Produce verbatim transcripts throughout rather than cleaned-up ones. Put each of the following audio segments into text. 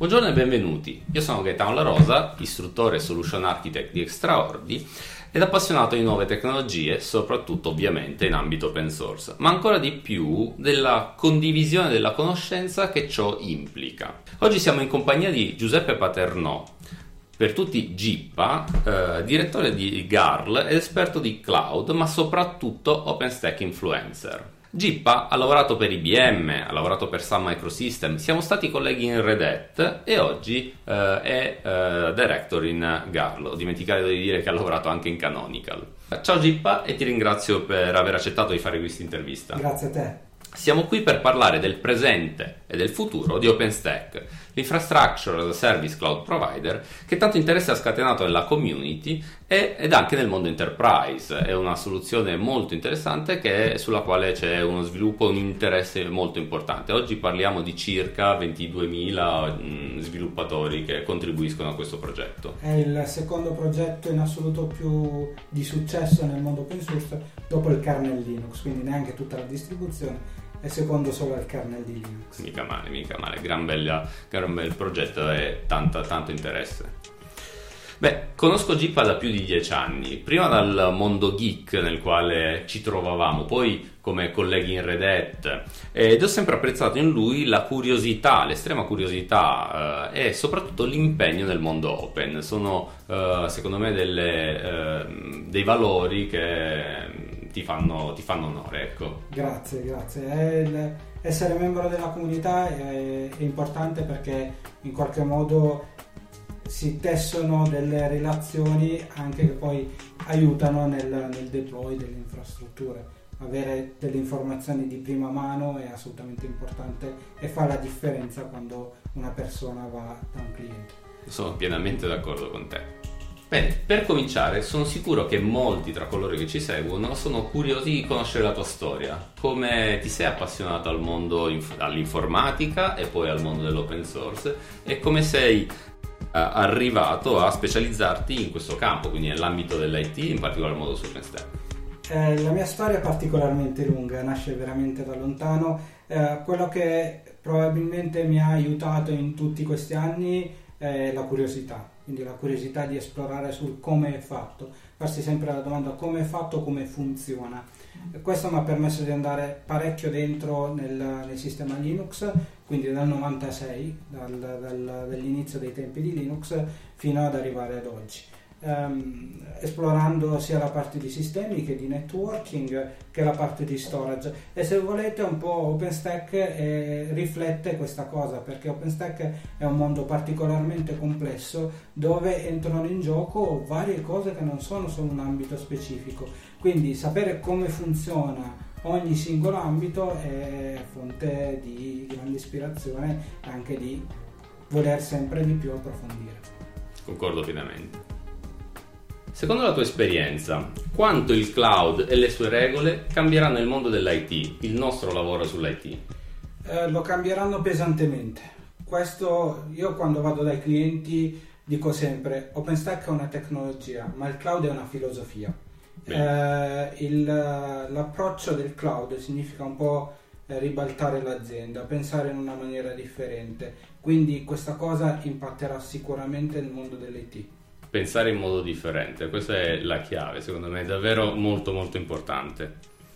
Buongiorno e benvenuti, io sono Gaetano La Rosa, istruttore e Solution Architect di Extraordi ed appassionato di nuove tecnologie, soprattutto ovviamente in ambito open source, ma ancora di più della condivisione della conoscenza che ciò implica. Oggi siamo in compagnia di Giuseppe Paternò, per tutti Gippa, eh, direttore di Garl ed esperto di cloud, ma soprattutto OpenStack influencer. Gippa ha lavorato per I B M, ha lavorato per Sun Microsystems, siamo stati colleghi in Red Hat e oggi eh, è eh, director in Garl. Ho dimenticato di dire che ha lavorato anche in Canonical. Ciao Gippa e ti ringrazio per aver accettato di fare questa intervista. Grazie a te. Siamo qui per parlare del presente e del futuro di OpenStack, l'infrastructure as a service cloud provider che tanto interesse ha scatenato nella community e, ed anche nel mondo enterprise. È una soluzione molto interessante che, sulla quale c'è uno sviluppo, un interesse molto importante. Oggi parliamo di circa ventiduemila mh, sviluppatori che contribuiscono a questo progetto. È il secondo progetto in assoluto più di successo nel mondo open source dopo il kernel Linux, quindi neanche tutta la distribuzione. È secondo solo al kernel di Linux. Mica male, mica male, gran, bella, gran bel progetto e tanta, tanto interesse. Beh, conosco Gippa da più di dieci anni, prima dal mondo geek nel quale ci trovavamo, poi come colleghi in Red Hat, ed ho sempre apprezzato in lui la curiosità, l'estrema curiosità eh, e soprattutto l'impegno nel mondo open. Sono eh, secondo me delle, eh, dei valori che ti fanno, ti fanno onore, ecco. Grazie, grazie. È il, essere membro della comunità è, è importante perché in qualche modo si tessono delle relazioni anche che poi aiutano nel, nel deploy delle infrastrutture. Avere delle informazioni di prima mano è assolutamente importante e fa la differenza quando una persona va da un cliente. Sono pienamente d'accordo con te. Bene, per cominciare, sono sicuro che molti tra coloro che ci seguono sono curiosi di conoscere la tua storia. Come ti sei appassionato al mondo inf- all'informatica e poi al mondo dell'open source e come sei uh, arrivato a specializzarti in questo campo, quindi nell'ambito dell'I T, in particolar modo su OpenStack. Eh, la mia storia è particolarmente lunga, nasce veramente da lontano. Eh, quello che probabilmente mi ha aiutato in tutti questi anni è la curiosità. Quindi la curiosità di esplorare sul come è fatto, farsi sempre la domanda come è fatto, come funziona. E questo mi ha permesso di andare parecchio dentro nel, nel sistema Linux, quindi dal novantasei, dal, dal, dall'inizio dei tempi di Linux fino ad arrivare ad oggi. Um, esplorando sia la parte di sistemi che di networking che la parte di storage, e se volete un po' OpenStack eh, riflette questa cosa, perché OpenStack è un mondo particolarmente complesso dove entrano in gioco varie cose che non sono solo un ambito specifico, quindi sapere come funziona ogni singolo ambito è fonte di grande ispirazione e anche di voler sempre di più approfondire. Concordo pienamente. Secondo la tua esperienza, quanto il cloud e le sue regole cambieranno il mondo dell'I T, il nostro lavoro sull'I T? Eh, lo cambieranno pesantemente. Questo io quando vado dai clienti dico sempre: OpenStack è una tecnologia, ma il cloud è una filosofia. Eh, il, l'approccio del cloud significa un po' ribaltare l'azienda, pensare in una maniera differente, quindi questa cosa impatterà sicuramente nel mondo dell'I T. Pensare in modo differente, questa è la chiave, secondo me è davvero molto molto importante.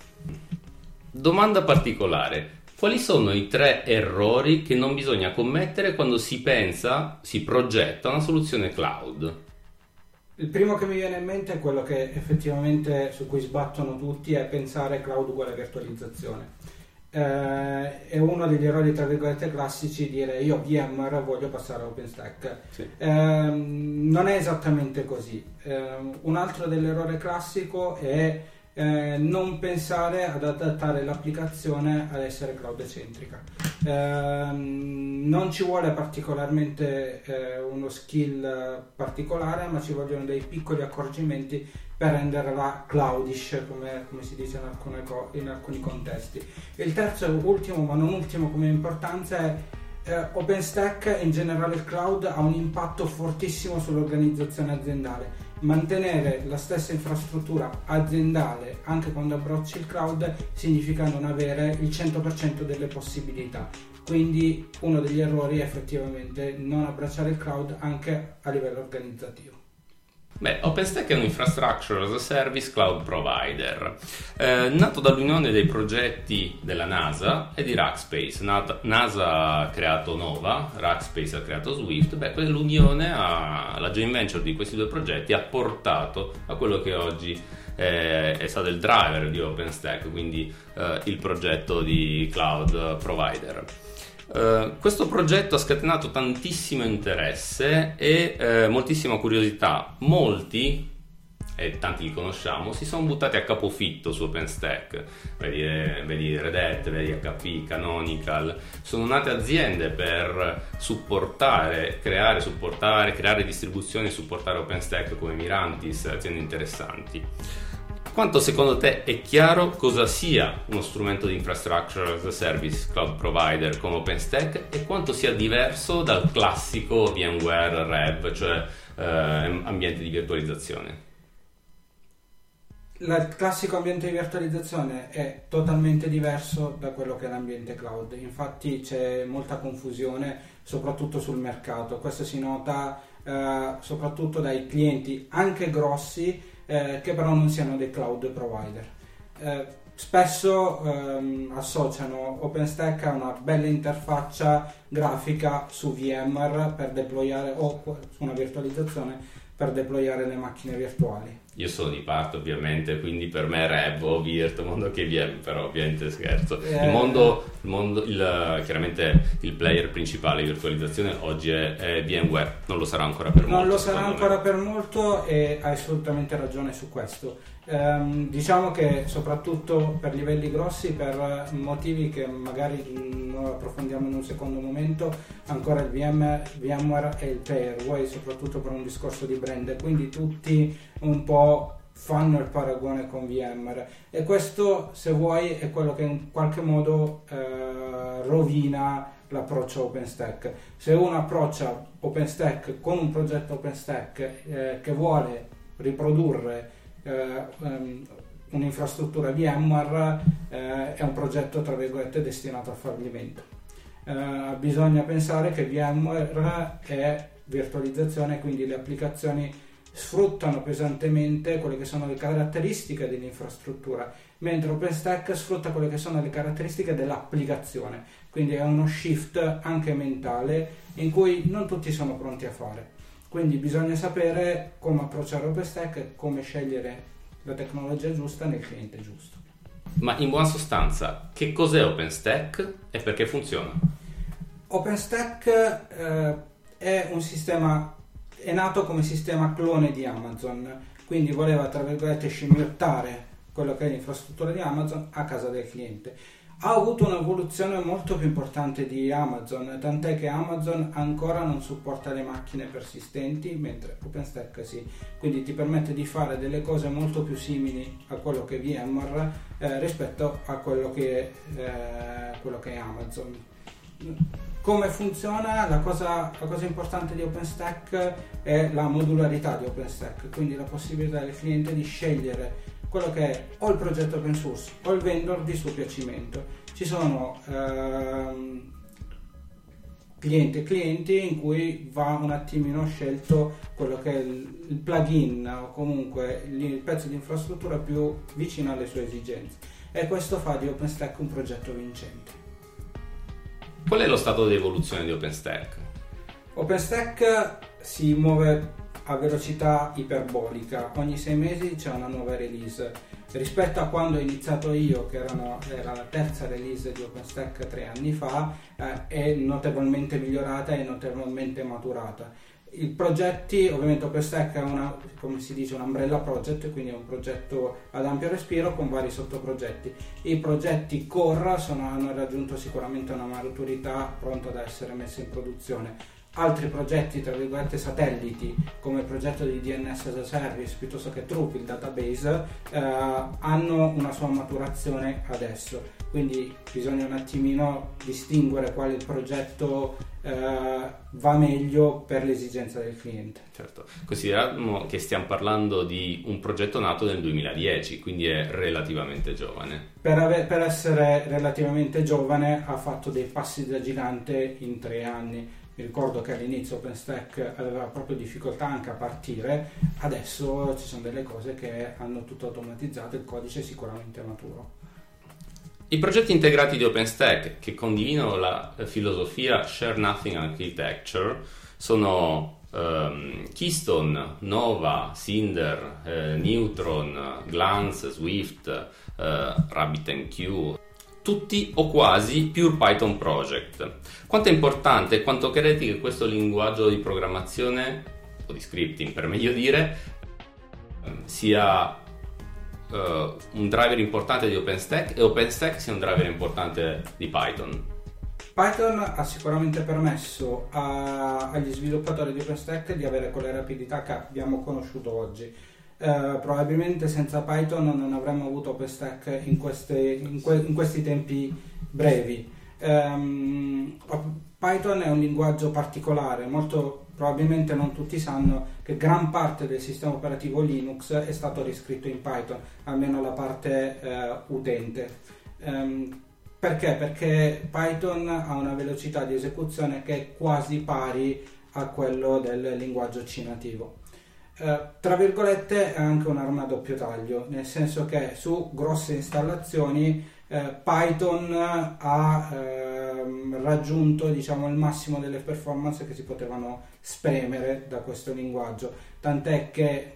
Domanda particolare: quali sono i tre errori che non bisogna commettere quando si pensa, si progetta una soluzione cloud? Il primo che mi viene in mente è quello che effettivamente su cui sbattono tutti, è pensare cloud uguale virtualizzazione. Eh, è uno degli errori tra virgolette classici dire io VMware voglio passare a OpenStack. Sì. Eh, non è esattamente così. Eh, un altro dell'errore classico è eh, non pensare ad adattare l'applicazione ad essere cloud centrica. Eh, non ci vuole particolarmente eh, uno skill particolare, ma ci vogliono dei piccoli accorgimenti per renderla cloudish, come, come si dice in, alcune co- in alcuni contesti. Il terzo e ultimo, ma non ultimo come importanza, è eh, OpenStack, in generale il cloud, ha un impatto fortissimo sull'organizzazione aziendale. Mantenere la stessa infrastruttura aziendale anche quando approcci il cloud significa non avere il cento per cento delle possibilità. quindi uno degli errori è effettivamente non abbracciare il cloud anche a livello organizzativo. Beh, OpenStack è un infrastructure as a service cloud provider, eh, nato dall'unione dei progetti della NASA e di Rackspace. Nata, NASA ha creato Nova, Rackspace ha creato Swift. Beh, l'unione, ha, la joint venture di questi due progetti ha portato a quello che oggi eh, è stato il driver di OpenStack, quindi eh, il progetto di cloud provider. Uh, questo progetto ha scatenato tantissimo interesse e uh, moltissima curiosità. Molti, e tanti li conosciamo, si sono buttati a capofitto su OpenStack. Vedi, vedi Red Hat, vedi H P, Canonical. Sono nate aziende per supportare, creare, supportare, creare distribuzioni e supportare OpenStack come Mirantis, aziende interessanti. Quanto secondo te è chiaro cosa sia uno strumento di infrastructure as a service cloud provider come OpenStack e quanto sia diverso dal classico VMware Rev, cioè eh, ambiente di virtualizzazione? Il classico ambiente di virtualizzazione è totalmente diverso da quello che è l'ambiente cloud, infatti c'è molta confusione soprattutto sul mercato. Questo si nota eh, soprattutto dai clienti anche grossi Eh, che però non siano dei cloud provider. Eh, spesso ehm, associano OpenStack a una bella interfaccia grafica su VMware per deployare o su una virtualizzazione per deployare le macchine virtuali. Io sono di parte ovviamente, quindi per me Rev o Virt, mondo che viene, però ovviamente scherzo. Eh, il mondo, il mondo il, chiaramente il player principale di virtualizzazione oggi è, è VMware, non lo sarà ancora per molto. Non lo sarà ancora me. per molto e hai assolutamente ragione su questo. Ehm, diciamo che soprattutto per livelli grossi, per motivi che magari non approfondiamo in un secondo momento, ancora il VMware, VMware è il player, vuoi soprattutto per un discorso di brand, quindi tutti un po' fanno il paragone con VMware e questo, se vuoi, è quello che in qualche modo eh, rovina l'approccio OpenStack. Se uno approccia OpenStack con un progetto OpenStack eh, che vuole riprodurre eh, um, un'infrastruttura VMware, eh, è un progetto tra virgolette destinato al fallimento. Eh, bisogna pensare che VMware è virtualizzazione, quindi le applicazioni sfruttano pesantemente quelle che sono le caratteristiche dell'infrastruttura, mentre OpenStack sfrutta quelle che sono le caratteristiche dell'applicazione, quindi è uno shift anche mentale in cui non tutti sono pronti a fare. Quindi bisogna sapere come approcciare OpenStack e come scegliere la tecnologia giusta nel cliente giusto. Ma in buona sostanza, che cos'è OpenStack e perché funziona? OpenStack eh, è un sistema, è nato come sistema clone di Amazon, quindi voleva tra virgolette scimmiottare quello che è l'infrastruttura di Amazon a casa del cliente. Ha avuto un'evoluzione molto più importante di Amazon, tant'è che Amazon ancora non supporta le macchine persistenti, mentre OpenStack sì, quindi ti permette di fare delle cose molto più simili a quello che è VMware eh, rispetto a quello che, eh, quello che è Amazon. Come funziona? La cosa, la cosa importante di OpenStack è la modularità di OpenStack, quindi la possibilità del cliente di scegliere quello che è o il progetto open source o il vendor di suo piacimento. Ci sono ehm, clienti e clienti in cui va un attimino scelto quello che è il, il plugin o comunque il, il pezzo di infrastruttura più vicino alle sue esigenze, e questo fa di OpenStack un progetto vincente. Qual è lo stato di evoluzione di OpenStack? OpenStack si muove a velocità iperbolica, ogni sei mesi c'è una nuova release. Rispetto a quando ho iniziato io, che erano, era la terza release di OpenStack tre anni fa, eh, è notevolmente migliorata e notevolmente maturata. I progetti, ovviamente OpenStack è una, come si dice, un umbrella project, quindi è un progetto ad ampio respiro con vari sottoprogetti. I progetti core sono, hanno raggiunto sicuramente una maturità pronta ad essere messi in produzione. altri progetti tra virgolette satelliti come il progetto di D N S as a Service piuttosto che Troop, il database, eh, hanno una sua maturazione adesso, quindi bisogna un attimino distinguere quale il progetto eh, va meglio per l'esigenza del cliente. Certo, consideriamo che stiamo parlando di un progetto nato nel duemiladieci, quindi è relativamente giovane. Per, ave- per essere relativamente giovane ha fatto dei passi da gigante in tre anni. Mi ricordo che all'inizio OpenStack aveva proprio difficoltà anche a partire, adesso ci sono delle cose che hanno tutto automatizzato, il codice è sicuramente maturo. I progetti integrati di OpenStack che condividono la filosofia Share Nothing Architecture sono um, Keystone, Nova, Cinder, eh, Neutron, Glance, Swift, eh, RabbitMQ, tutti o quasi Pure Python Project. Quanto è importante e quanto credi che questo linguaggio di programmazione, o di scripting per meglio dire, sia uh, un driver importante di OpenStack e OpenStack sia un driver importante di Python? Python ha sicuramente permesso a, agli sviluppatori di OpenStack di avere quella rapidità che abbiamo conosciuto oggi. Uh, probabilmente senza Python non avremmo avuto OpenStack in, queste, in, que, in questi tempi brevi. Um, Python è un linguaggio particolare, molto probabilmente non tutti sanno che gran parte del sistema operativo Linux è stato riscritto in Python, almeno la parte uh, utente. Um, perché? Perché Python ha una velocità di esecuzione che è quasi pari a quello del linguaggio C nativo. Uh, tra virgolette è anche un'arma a doppio taglio, nel senso che su grosse installazioni uh, Python ha uh, raggiunto, diciamo, il massimo delle performance che si potevano spremere da questo linguaggio, tant'è che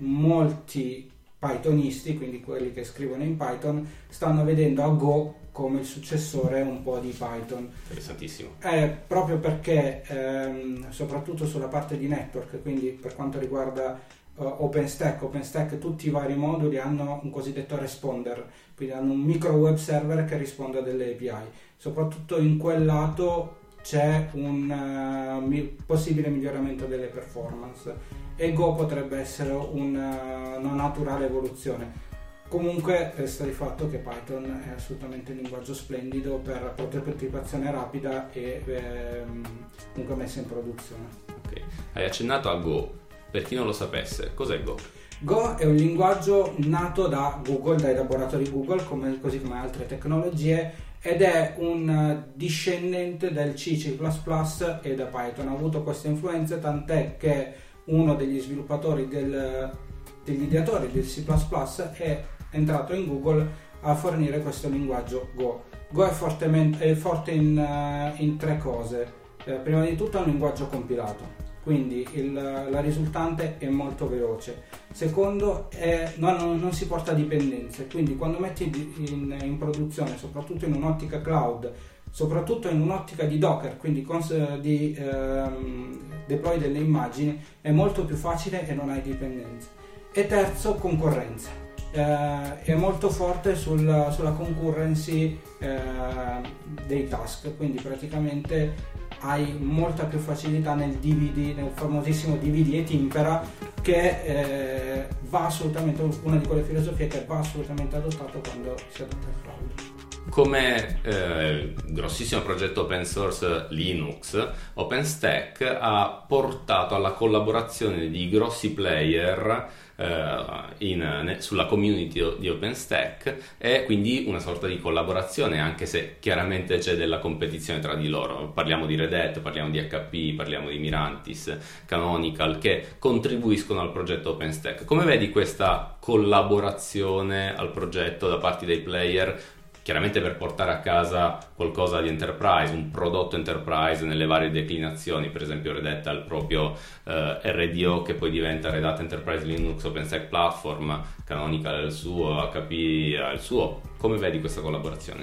molti pythonisti, quindi quelli che scrivono in Python, stanno vedendo a Go come il successore un po' di Python. Interessantissimo. Eh, proprio perché ehm, soprattutto sulla parte di network, quindi per quanto riguarda OpenStack, OpenStack tutti i vari moduli hanno un cosiddetto responder, quindi hanno un micro web server che risponde a delle A P I. Soprattutto in quel lato c'è un uh, mi- possibile miglioramento delle performance e Go potrebbe essere una, una naturale evoluzione. Comunque resta di fatto che Python è assolutamente un linguaggio splendido per prototipazione rapida e ehm, comunque messa in produzione. Ok, hai accennato a Go. Per chi non lo sapesse, cos'è Go? Go è un linguaggio nato da Google, dai laboratori Google, come, così come altre tecnologie, ed è un discendente del C, C plus plus e da Python. Ha avuto queste influenze, tant'è che uno degli sviluppatori, del, degli ideatori del C plus plus è entrato in Google a fornire questo linguaggio Go. Go è, fortemente, è forte in, in tre cose. Eh, prima di tutto è un linguaggio compilato, quindi il, la risultante è molto veloce. Secondo, è, non, non si porta dipendenze, quindi quando metti in, in produzione, soprattutto in un'ottica cloud, soprattutto in un'ottica di Docker, quindi cons- di ehm, deploy delle immagini, è molto più facile e non hai dipendenze. E terzo, concorrenza. Eh, è molto forte sul, sulla concurrency eh, dei task, quindi praticamente hai molta più facilità nel D V D, nel famosissimo D V D et impera, che eh, va assolutamente, una di quelle filosofie che va assolutamente adottato quando si adotta il cloud. Come eh, grossissimo progetto open source Linux, OpenStack ha portato alla collaborazione di grossi player eh, in, ne, sulla community di OpenStack, e quindi una sorta di collaborazione, anche se chiaramente c'è della competizione tra di loro. Parliamo di Red Hat, parliamo di H P, parliamo di Mirantis, Canonical, che contribuiscono al progetto OpenStack. Come vedi questa collaborazione al progetto da parte dei player? Chiaramente per portare a casa qualcosa di enterprise, un prodotto enterprise nelle varie declinazioni. Per esempio Red Hat ha il proprio eh, R D O che poi diventa Red Hat Enterprise Linux OpenStack Platform, Canonical ha il suo, H P ha il suo. Come vedi questa collaborazione?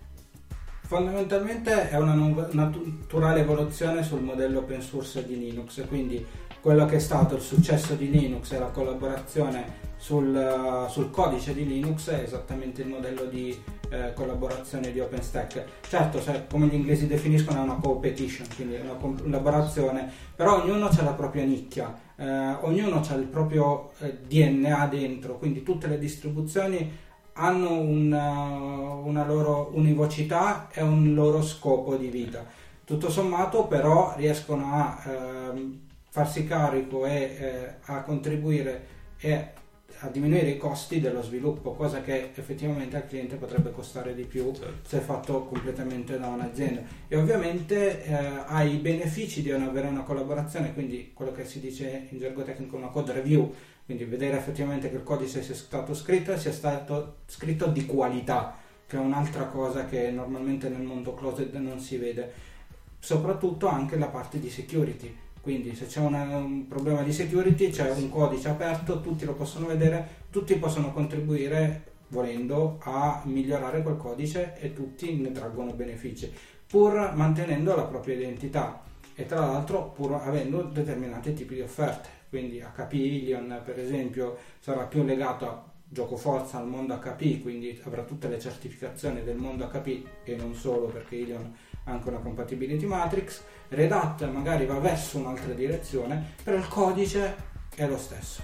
Fondamentalmente è una naturale evoluzione sul modello open source di Linux, quindi quello che è stato il successo di Linux e la collaborazione sul, sul codice di Linux è esattamente il modello di eh, collaborazione di OpenStack. Certo, cioè, come gli inglesi definiscono, è una competition, quindi è una collaborazione, però ognuno ha la propria nicchia, eh, ognuno ha il proprio eh, D N A dentro, quindi tutte le distribuzioni hanno una, una loro univocità e un loro scopo di vita. Tutto sommato però riescono a eh, farsi carico e eh, a contribuire e a diminuire i costi dello sviluppo, cosa che effettivamente al cliente potrebbe costare di più, certo, se fatto completamente da un'azienda. E ovviamente eh, ha i benefici di non avere una collaborazione, quindi quello che si dice in gergo tecnico una code review, quindi vedere effettivamente che il codice sia stato scritto e sia stato scritto di qualità, che è un'altra cosa che normalmente nel mondo closed non si vede. Soprattutto anche la parte di security. Quindi se c'è una, un problema di security, c'è un codice aperto, tutti lo possono vedere, tutti possono contribuire, volendo, a migliorare quel codice e tutti ne traggono benefici, pur mantenendo la propria identità e tra l'altro pur avendo determinati tipi di offerte. Quindi H P Ilion, per esempio, sarà più legato a gioco forza al mondo H P, quindi avrà tutte le certificazioni del mondo H P e non solo, perché Ilion ha anche una compatibility matrix. Red Hat magari va verso un'altra direzione, però il codice è lo stesso.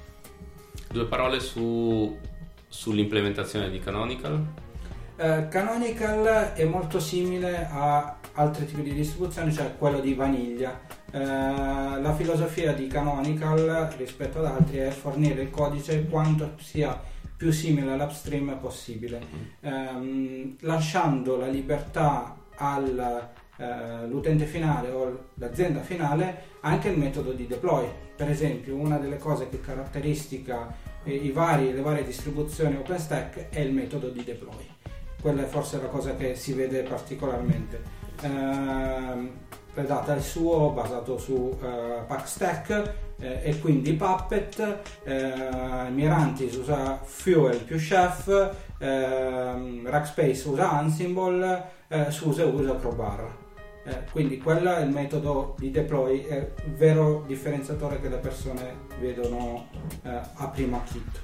Due parole su, sull'implementazione di Canonical? Uh, Canonical è molto simile a altri tipi di distribuzioni, cioè quello di Vaniglia. Uh, la filosofia di Canonical rispetto ad altri è fornire il codice quanto sia più simile all'upstream possibile, mm-hmm. um, lasciando la libertà all'utente uh, finale o l'azienda finale anche il metodo di deploy. Per esempio, una delle cose che caratteristica eh, i vari, le varie distribuzioni OpenStack è il metodo di deploy. Quella è forse la cosa che si vede particolarmente. Uh, Red Hat è il suo, basato su uh, Packstack eh, e quindi Puppet. eh, Mirantis usa Fuel più Chef, eh, Rackspace usa Ansible, eh, SUSE usa Crowbar. Eh, quindi quello è il metodo di deploy, è il vero differenziatore che le persone vedono eh, a primo acchito.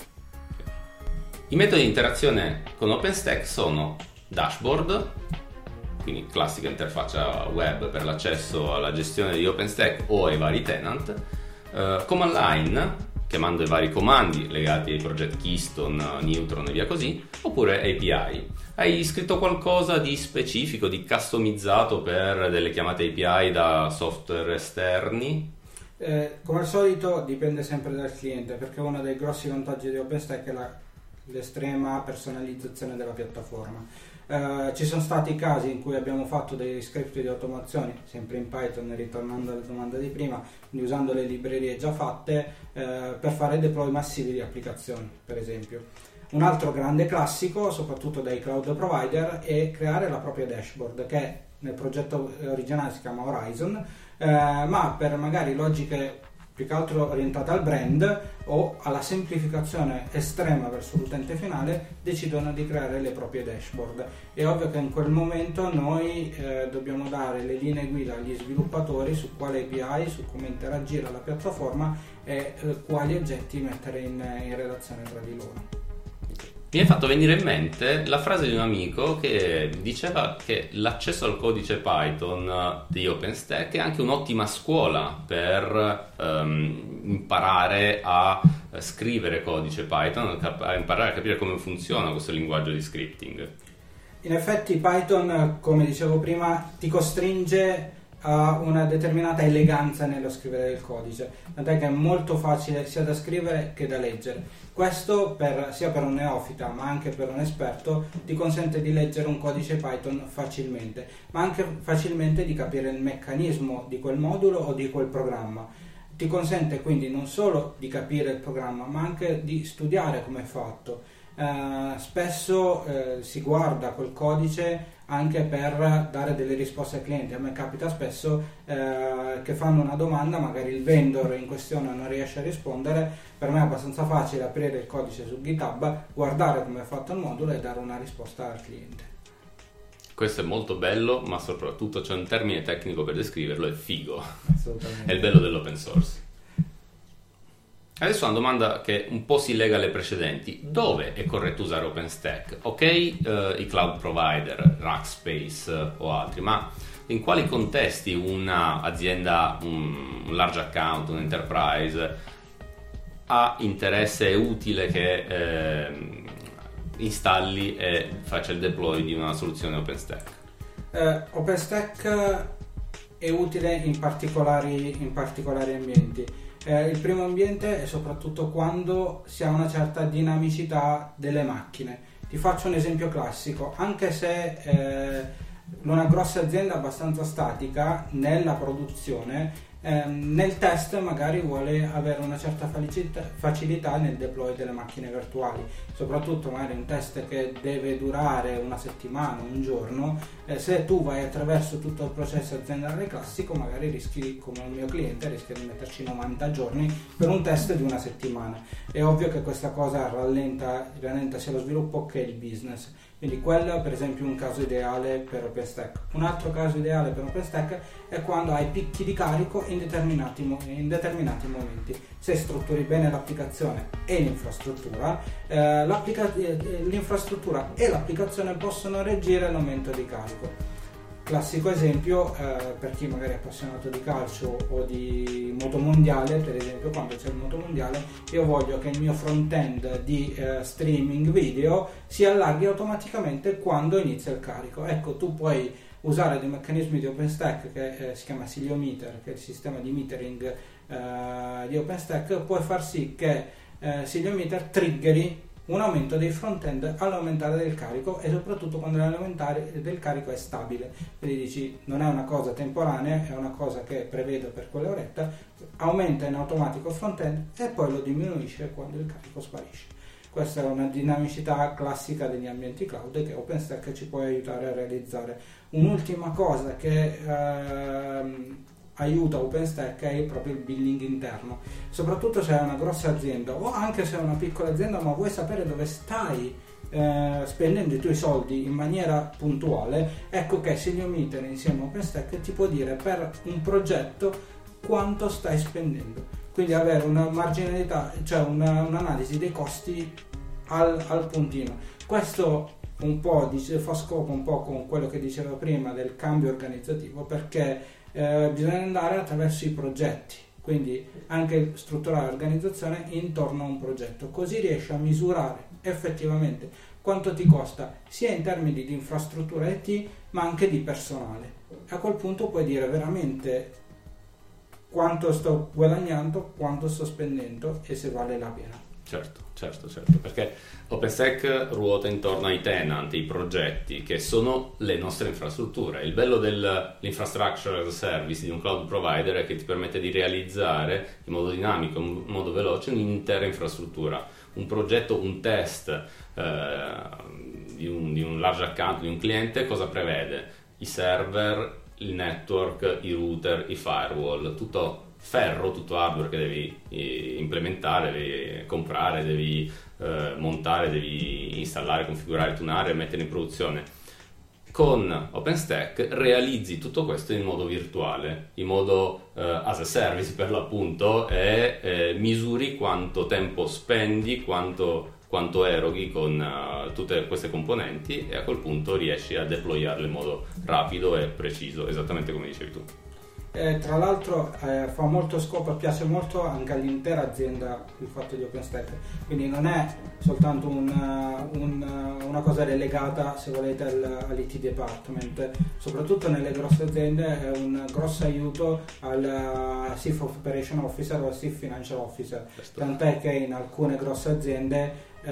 I metodi di interazione con OpenStack sono dashboard, quindi classica interfaccia web per l'accesso alla gestione di OpenStack o ai vari tenant, uh, command line, chiamando i vari comandi legati ai progetti Keystone, Neutron e via così, oppure A P I. Hai scritto qualcosa di specifico, di customizzato per delle chiamate A P I da software esterni? Eh, come al solito dipende sempre dal cliente, perché uno dei grossi vantaggi di OpenStack è la, l'estrema personalizzazione della piattaforma. Uh, ci sono stati casi in cui abbiamo fatto dei script di automazione, sempre in Python, ritornando alla domanda di prima, quindi usando le librerie già fatte uh, per fare deploy massivi di applicazioni, per esempio. Un altro grande classico, soprattutto dai cloud provider, è creare la propria dashboard, che nel progetto originale si chiama Horizon, uh, ma per magari logiche più che altro orientate al brand o alla semplificazione estrema verso l'utente finale, decidono di creare le proprie dashboard. È ovvio che in quel momento noi eh, dobbiamo dare le linee guida agli sviluppatori su quale A P I, su come interagire alla piattaforma e eh, quali oggetti mettere in, in relazione tra di loro. Mi è fatto venire in mente la frase di un amico che diceva che l'accesso al codice Python di OpenStack è anche un'ottima scuola per um, imparare a scrivere codice Python, a imparare a capire come funziona questo linguaggio di scripting. In effetti Python, come dicevo prima, ti costringe a una determinata eleganza nello scrivere il codice, tant'è che è molto facile sia da scrivere che da leggere. Questo per, sia per un neofita ma anche per un esperto ti consente di leggere un codice Python facilmente, ma anche facilmente di capire il meccanismo di quel modulo o di quel programma. Ti consente quindi non solo di capire il programma ma anche di studiare come è fatto. Uh, spesso uh, si guarda quel codice anche per dare delle risposte ai clienti. A me capita spesso uh, che fanno una domanda, magari il vendor in questione non riesce a rispondere, per me è abbastanza facile aprire il codice su GitHub, guardare come è fatto il modulo e dare una risposta al cliente. Questo è molto bello, ma soprattutto c'è un termine tecnico per descriverlo, è figo. Assolutamente. È il bello dell'open source. Adesso una domanda che un po' si lega alle precedenti. Dove è corretto usare OpenStack? Ok, eh, i cloud provider, Rackspace eh, o altri, ma in quali contesti un'azienda, un, un large account, un enterprise ha interesse, è utile che eh, installi e faccia il deploy di una soluzione OpenStack? Eh, OpenStack è utile in particolari, in particolari ambienti. Eh, il primo ambiente è soprattutto quando si ha una certa dinamicità delle macchine. Ti faccio un esempio classico: anche se eh, una grossa azienda abbastanza statica nella produzione, ehm, nel test magari vuole avere una certa facilità, facilità nel deploy delle macchine virtuali, soprattutto magari un test che deve durare una settimana, un giorno. Eh, se tu vai attraverso tutto il processo aziendale classico, magari rischi, come il mio cliente, rischia di metterci novanta giorni per un test di una settimana. È ovvio che questa cosa rallenta, rallenta sia lo sviluppo che il business. Quindi quello per esempio è un caso ideale per OpenStack. Un altro caso ideale per OpenStack è quando hai picchi di carico in determinati, in determinati momenti. Se strutturi bene l'applicazione e l'infrastruttura, eh, l'applica- l'infrastruttura e l'applicazione possono reagire all'aumento di carico. Classico esempio, eh, per chi magari è appassionato di calcio o di motomondiale, per esempio, quando c'è il motomondiale io voglio che il mio front-end di eh, streaming video si allarghi automaticamente quando inizia il carico. Ecco, tu puoi usare dei meccanismi di OpenStack che eh, si chiama Siliometer, che è il sistema di metering eh, di OpenStack. Puoi far sì che eh, Siliometer triggeri un aumento dei front-end all'aumentare del carico, e soprattutto quando l'aumentare del carico è stabile. Quindi dici, non è una cosa temporanea, è una cosa che prevedo per quell'oretta, aumenta in automatico il front-end e poi lo diminuisce quando il carico sparisce. Questa è una dinamicità classica degli ambienti cloud che OpenStack ci può aiutare a realizzare. Un'ultima cosa che ehm, aiuta OpenStack è proprio il billing interno, soprattutto se è una grossa azienda o anche se è una piccola azienda ma vuoi sapere dove stai eh, spendendo i tuoi soldi in maniera puntuale. Ecco che Siliometer insieme a OpenStack ti può dire per un progetto quanto stai spendendo, quindi avere una marginalità, cioè una, un'analisi dei costi al, al puntino. Questo un po' dice, fa scopo un po' con quello che dicevo prima del cambio organizzativo, perché Eh, bisogna andare attraverso i progetti, quindi anche strutturare l'organizzazione intorno a un progetto, così riesci a misurare effettivamente quanto ti costa sia in termini di infrastruttura I T ma anche di personale. A quel punto puoi dire veramente quanto sto guadagnando, quanto sto spendendo e se vale la pena. Certo, certo, certo, perché OpenStack ruota intorno ai tenant, ai progetti, che sono le nostre infrastrutture. Il bello dell'infrastructure as a service di un cloud provider è che ti permette di realizzare in modo dinamico, in modo veloce, un'intera infrastruttura. Un progetto, un test eh, di, un, di un large account, di un cliente, cosa prevede? I server, il network, i router, i firewall, tutto ferro, tutto hardware che devi eh, implementare, devi comprare, devi eh, montare, devi installare, configurare, tunare e mettere in produzione. Con OpenStack realizzi tutto questo in modo virtuale, in modo eh, as a service per l'appunto, e eh, misuri quanto tempo spendi, quanto, quanto eroghi con uh, tutte queste componenti, e a quel punto riesci a deployarle in modo rapido e preciso, esattamente come dicevi tu. Eh, tra l'altro eh, fa molto scopo, piace molto anche all'intera azienda il fatto di OpenStack, quindi non è soltanto una, un, una cosa relegata, se volete, al, all'I T department. Soprattutto nelle grosse aziende è un grosso aiuto al Chief Operation Officer o al Chief Financial Officer, tant'è che in alcune grosse aziende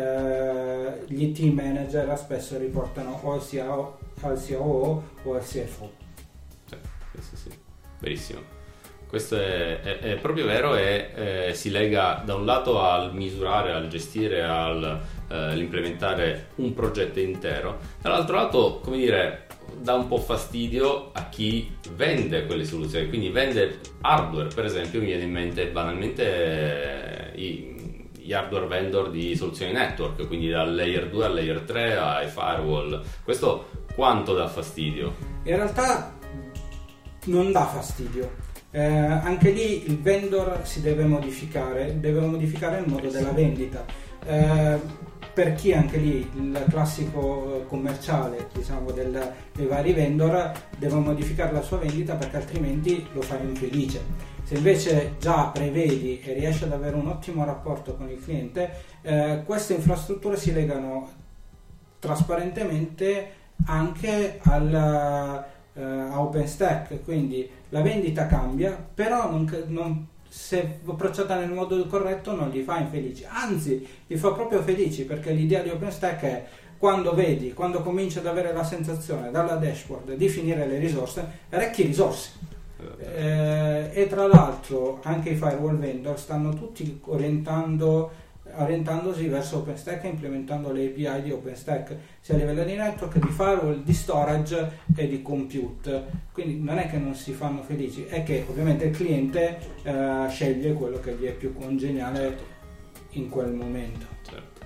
eh, gli I T manager spesso riportano o al C O O, al C O O o al C F O. Sì, sì, sì. Verissimo, questo è, è, è proprio vero, e eh, si lega da un lato al misurare, al gestire, all'implementare eh, un progetto intero, dall'altro lato, come dire, dà un po' fastidio a chi vende quelle soluzioni, quindi vende hardware. Per esempio mi viene in mente banalmente eh, i, gli hardware vendor di soluzioni network, quindi dal layer due al layer tre ai firewall. Questo quanto dà fastidio? In realtà non dà fastidio, Eh, anche lì il vendor si deve modificare, deve modificare il modo della vendita. Eh, per chi anche lì il classico commerciale, diciamo, del, dei vari vendor, deve modificare la sua vendita perché altrimenti lo fa infelice. Se invece già prevedi e riesci ad avere un ottimo rapporto con il cliente, eh, queste infrastrutture si legano trasparentemente anche al, uh, a OpenStack, quindi la vendita cambia, però non, non, se approcciata nel modo corretto non li fa infelici, anzi li fa proprio felici, perché l'idea di OpenStack è quando vedi, quando cominci ad avere la sensazione dalla dashboard di finire le risorse, recchi risorse. Eh, e tra l'altro anche i firewall vendor stanno tutti orientando orientandosi verso OpenStack e implementando le A P I di OpenStack sia a livello di network, di firewall, di storage e di compute. Quindi non è che non si fanno felici, è che ovviamente il cliente eh, sceglie quello che gli è più congeniale in quel momento. Certo.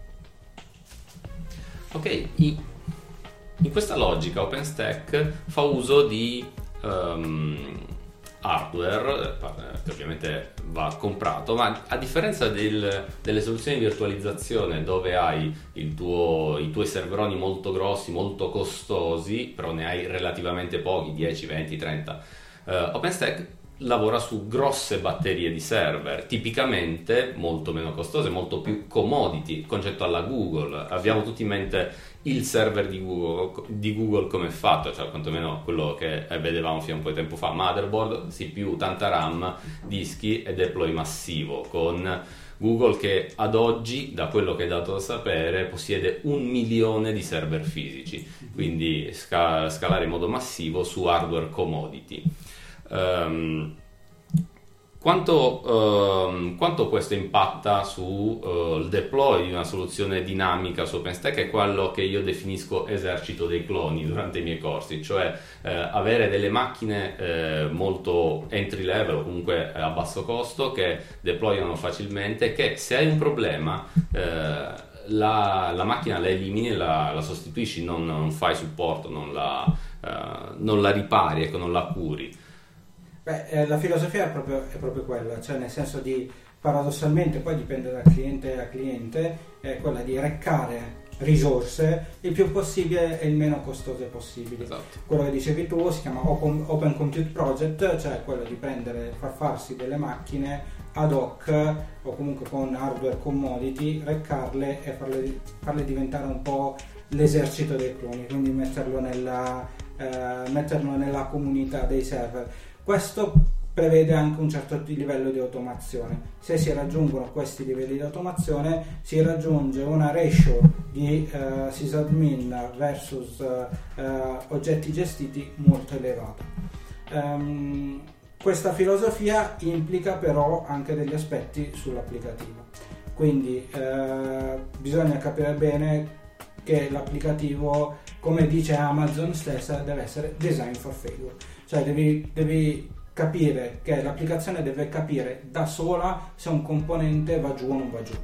Ok, in, in questa logica OpenStack fa uso di um, hardware che ovviamente va comprato, ma a differenza del, delle soluzioni di virtualizzazione dove hai il tuo, i tuoi serveroni molto grossi, molto costosi, però ne hai relativamente pochi, dieci, venti, trenta, uh, OpenStack lavora su grosse batterie di server, tipicamente molto meno costose, molto più commodity, concetto alla Google. Abbiamo tutti in mente il server di Google, di Google come è fatto, cioè quantomeno quello che vedevamo fino a un po' di tempo fa: motherboard, C P U, tanta RAM, dischi e deploy massivo, con Google che ad oggi, da quello che è dato da sapere, possiede un milione di server fisici, quindi sca- scalare in modo massivo su hardware commodity. Um, quanto, um, quanto questo impatta sul uh, deploy di una soluzione dinamica su OpenStack è quello che io definisco esercito dei cloni durante i miei corsi, cioè uh, avere delle macchine uh, molto entry level o comunque a basso costo che deployano facilmente, che se hai un problema uh, la, la macchina la elimini, la, la sostituisci, non, non fai supporto, non la, uh, non la ripari, ecco, non la curi. Beh, eh, la filosofia è proprio, è proprio quella, cioè nel senso di, paradossalmente, poi dipende da cliente a cliente, è quella di reccare risorse il più possibile e il meno costose possibile. Esatto. Quello che dicevi tu si chiama Open, Open Compute Project, cioè quello di prendere, far farsi delle macchine ad hoc o comunque con hardware commodity, reccarle e farle, farle diventare un po' l'esercito dei cloni, quindi metterlo nella, eh, metterlo nella comunità dei server. Questo prevede anche un certo livello di automazione. Se si raggiungono questi livelli di automazione si raggiunge una ratio di uh, sysadmin versus uh, uh, oggetti gestiti molto elevata. Um, questa filosofia implica però anche degli aspetti sull'applicativo, quindi uh, bisogna capire bene che l'applicativo, come dice Amazon stessa, deve essere design for failure, cioè devi, devi capire che l'applicazione deve capire da sola se un componente va giù o non va giù.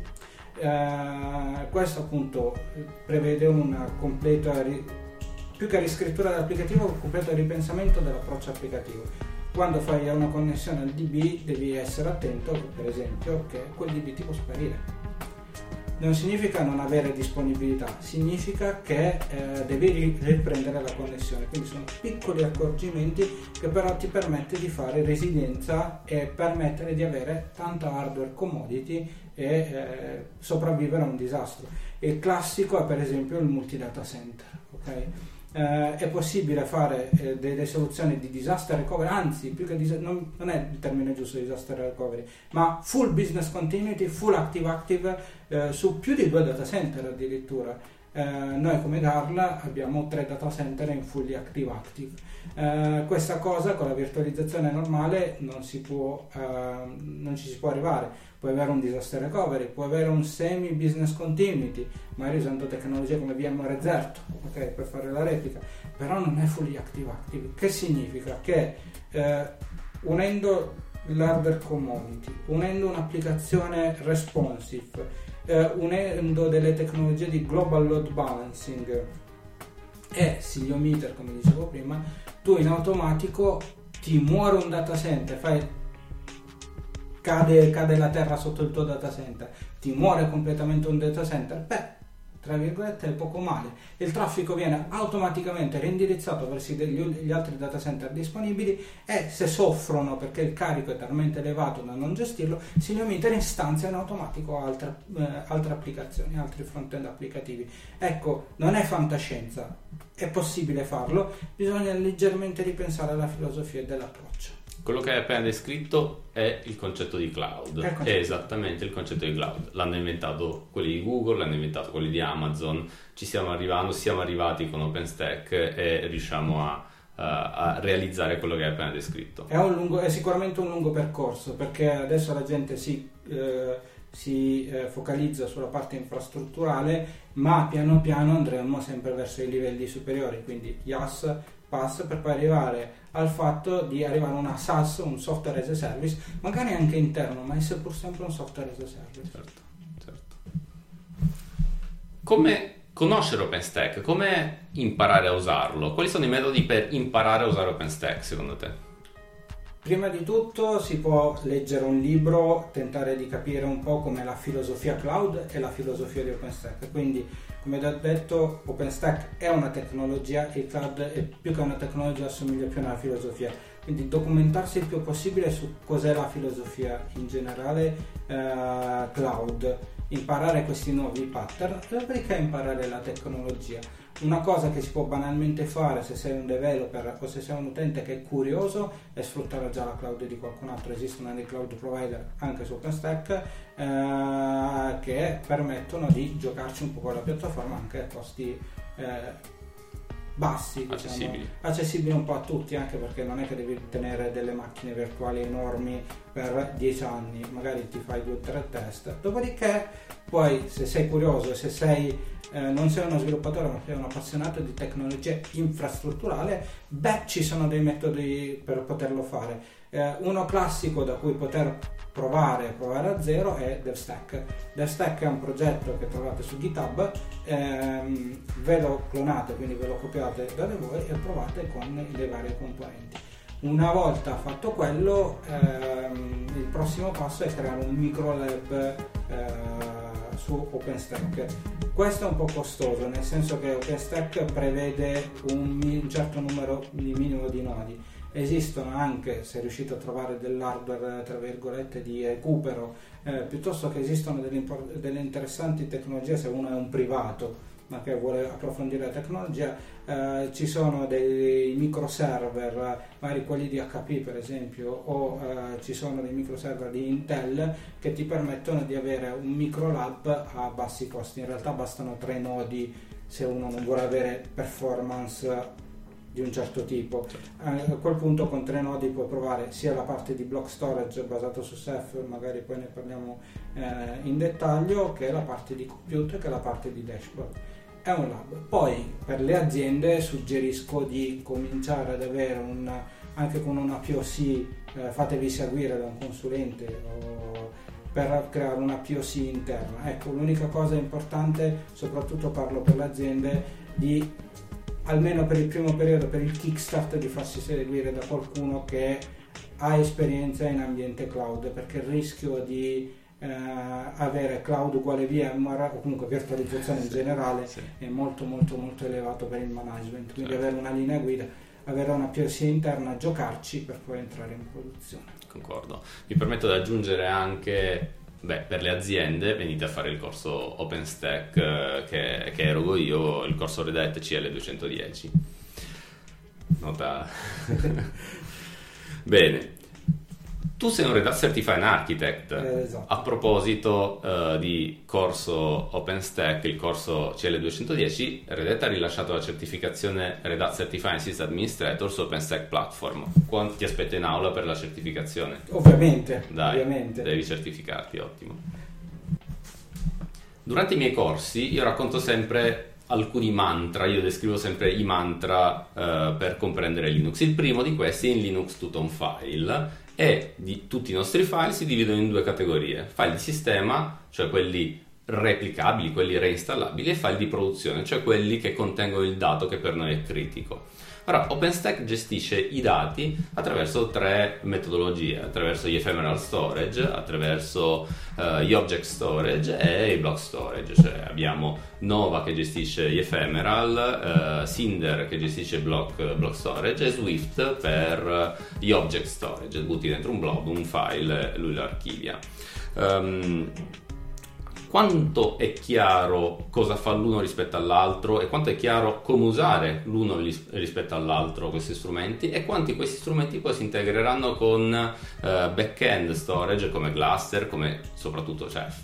Eh, questo appunto prevede una completa, più che riscrittura dell'applicativo, un completo ripensamento dell'approccio applicativo. Quando fai una connessione al D B devi essere attento, per esempio, che quel D B ti può sparire. Non significa non avere disponibilità, significa che eh, devi riprendere la connessione. Quindi sono piccoli accorgimenti che però ti permette di fare resilienza e permettere di avere tanta hardware commodity e eh, sopravvivere a un disastro. Il classico è per esempio il multi-data center, ok? Eh, è possibile fare eh, delle soluzioni di disaster recovery, anzi più che dis- non, non è il termine giusto disaster recovery, ma full business continuity, full active active eh, su più di due data center addirittura. Eh, noi come Garla abbiamo tre data center in fully active active. Eh, questa cosa con la virtualizzazione normale non si può, eh, non ci si può arrivare. Puoi avere un disaster recovery, puoi avere un semi business continuity, magari usando tecnologie come V M ware Zerto, okay, per fare la replica, però non è fully active active. Che significa? Che eh, unendo l'hardware commodity, unendo un'applicazione responsive, eh, unendo delle tecnologie di global load balancing e siliometer, come dicevo prima, tu in automatico ti muore un data center, fai, cade, cade la terra sotto il tuo data center, ti muore completamente un data center, beh, tra virgolette è poco male, il traffico viene automaticamente reindirizzato verso degli, gli altri data center disponibili e se soffrono perché il carico è talmente elevato da non gestirlo, si limita in stanza in automatico altre, eh, altre applicazioni, altri front-end applicativi. Ecco, non è fantascienza, è possibile farlo, bisogna leggermente ripensare alla filosofia dell'approccio. Quello che hai appena descritto è il concetto di cloud, è, è esattamente il concetto di cloud. L'hanno inventato quelli di Google, l'hanno inventato quelli di Amazon, ci stiamo arrivando, siamo arrivati con OpenStack e riusciamo a, a, a realizzare quello che hai appena descritto. È, un lungo, è sicuramente un lungo percorso, perché adesso la gente si, eh, si eh, focalizza sulla parte infrastrutturale, ma piano piano andremo sempre verso i livelli superiori, quindi IaaS, PaaS, per poi arrivare al fatto di arrivare a una SaaS, un software as a service, magari anche interno, ma è seppur sempre un software as a service. Certo, certo. Come conoscere OpenStack? Come imparare a usarlo? Quali sono i metodi per imparare a usare OpenStack secondo te? Prima di tutto si può leggere un libro, tentare di capire un po' come la filosofia cloud e la filosofia di OpenStack. Quindi, come ho detto, OpenStack è una tecnologia e il cloud è più che una tecnologia, assomiglia più a una filosofia. Quindi documentarsi il più possibile su cos'è la filosofia in generale eh, cloud, imparare questi nuovi pattern e dopodiché imparare la tecnologia. Una cosa che si può banalmente fare se sei un developer o se sei un utente che è curioso è sfruttare già la cloud di qualcun altro. Esistono dei cloud provider anche su OpenStack eh, che permettono di giocarci un po' con la piattaforma anche a costi eh, bassi, accessibili. Diciamo, accessibili un po' a tutti, anche perché non è che devi tenere delle macchine virtuali enormi per dieci anni, magari ti fai due o tre test, dopodiché poi se sei curioso e se sei eh, non sei uno sviluppatore ma sei un appassionato di tecnologia infrastrutturale, beh, ci sono dei metodi per poterlo fare. Eh, uno classico da cui poter provare, provare a zero è DevStack. DevStack è un progetto che trovate su GitHub, ehm, ve lo clonate, quindi ve lo copiate da voi e provate con le varie componenti. Una volta fatto quello, ehm, il prossimo passo è creare un micro lab eh, su OpenStack. Questo è un po' costoso, nel senso che OpenStack prevede un, un certo numero di minimo di nodi. Esistono anche, se riuscite a trovare dell'hardware tra virgolette di recupero, eh, piuttosto che esistono delle, delle interessanti tecnologie se uno è un privato ma che vuole approfondire la tecnologia, eh, ci sono dei microserver, magari quelli di H P per esempio, o eh, ci sono dei microserver di Intel che ti permettono di avere un micro lab a bassi costi. In realtà bastano tre nodi se uno non vuole avere performance di un certo tipo. A quel punto con tre nodi puoi provare sia la parte di block storage basato su Ceph, magari poi ne parliamo eh, in dettaglio, che la parte di compute, che la parte di dashboard. È un lab. Poi per le aziende suggerisco di cominciare ad avere un, anche con una P O C, eh, fatevi seguire da un consulente o per creare una P O C interna. Ecco, l'unica cosa importante, soprattutto parlo per le aziende, di almeno per il primo periodo, per il kickstart, di farsi seguire da qualcuno che ha esperienza in ambiente cloud, perché il rischio di eh, avere cloud uguale VMware o comunque virtualizzazione in generale sì. è molto molto molto elevato per il management, quindi certo. avere una linea guida, avere una P O C interna, giocarci per poi entrare in produzione. Concordo. Mi permetto di aggiungere anche, beh, per le aziende venite a fare il corso OpenStack eh, che, che erogo io, il corso Red Hat C L duecentodieci. Nota. Bene. Tu sei un Red Hat Certified Architect. Eh, esatto. A proposito uh, di corso OpenStack, il corso C L duecentodieci, Red Hat ha rilasciato la certificazione Red Hat Certified System Administrator su OpenStack Platform. Quanto ti aspetta in aula per la certificazione? Ovviamente. Dai, ovviamente. Devi certificarti, ottimo. Durante i miei corsi io racconto sempre alcuni mantra, io descrivo sempre i mantra uh, per comprendere Linux. Il primo di questi è in Linux tutto un file, e di tutti i nostri file si dividono in due categorie: file di sistema, cioè quelli replicabili, quelli reinstallabili, e file di produzione, cioè quelli che contengono il dato che per noi è critico. Ora, OpenStack gestisce i dati attraverso tre metodologie: attraverso gli ephemeral storage, attraverso uh, gli object storage e i block storage. Cioè abbiamo Nova che gestisce gli ephemeral, uh, Cinder che gestisce block, block storage, e Swift per gli object storage. Butti dentro un blob, un file, lui lo archivia. Um, Quanto è chiaro cosa fa l'uno rispetto all'altro, e quanto è chiaro come usare l'uno rispetto all'altro questi strumenti, e quanti questi strumenti poi si integreranno con uh, back-end storage come Gluster, come soprattutto Ceph?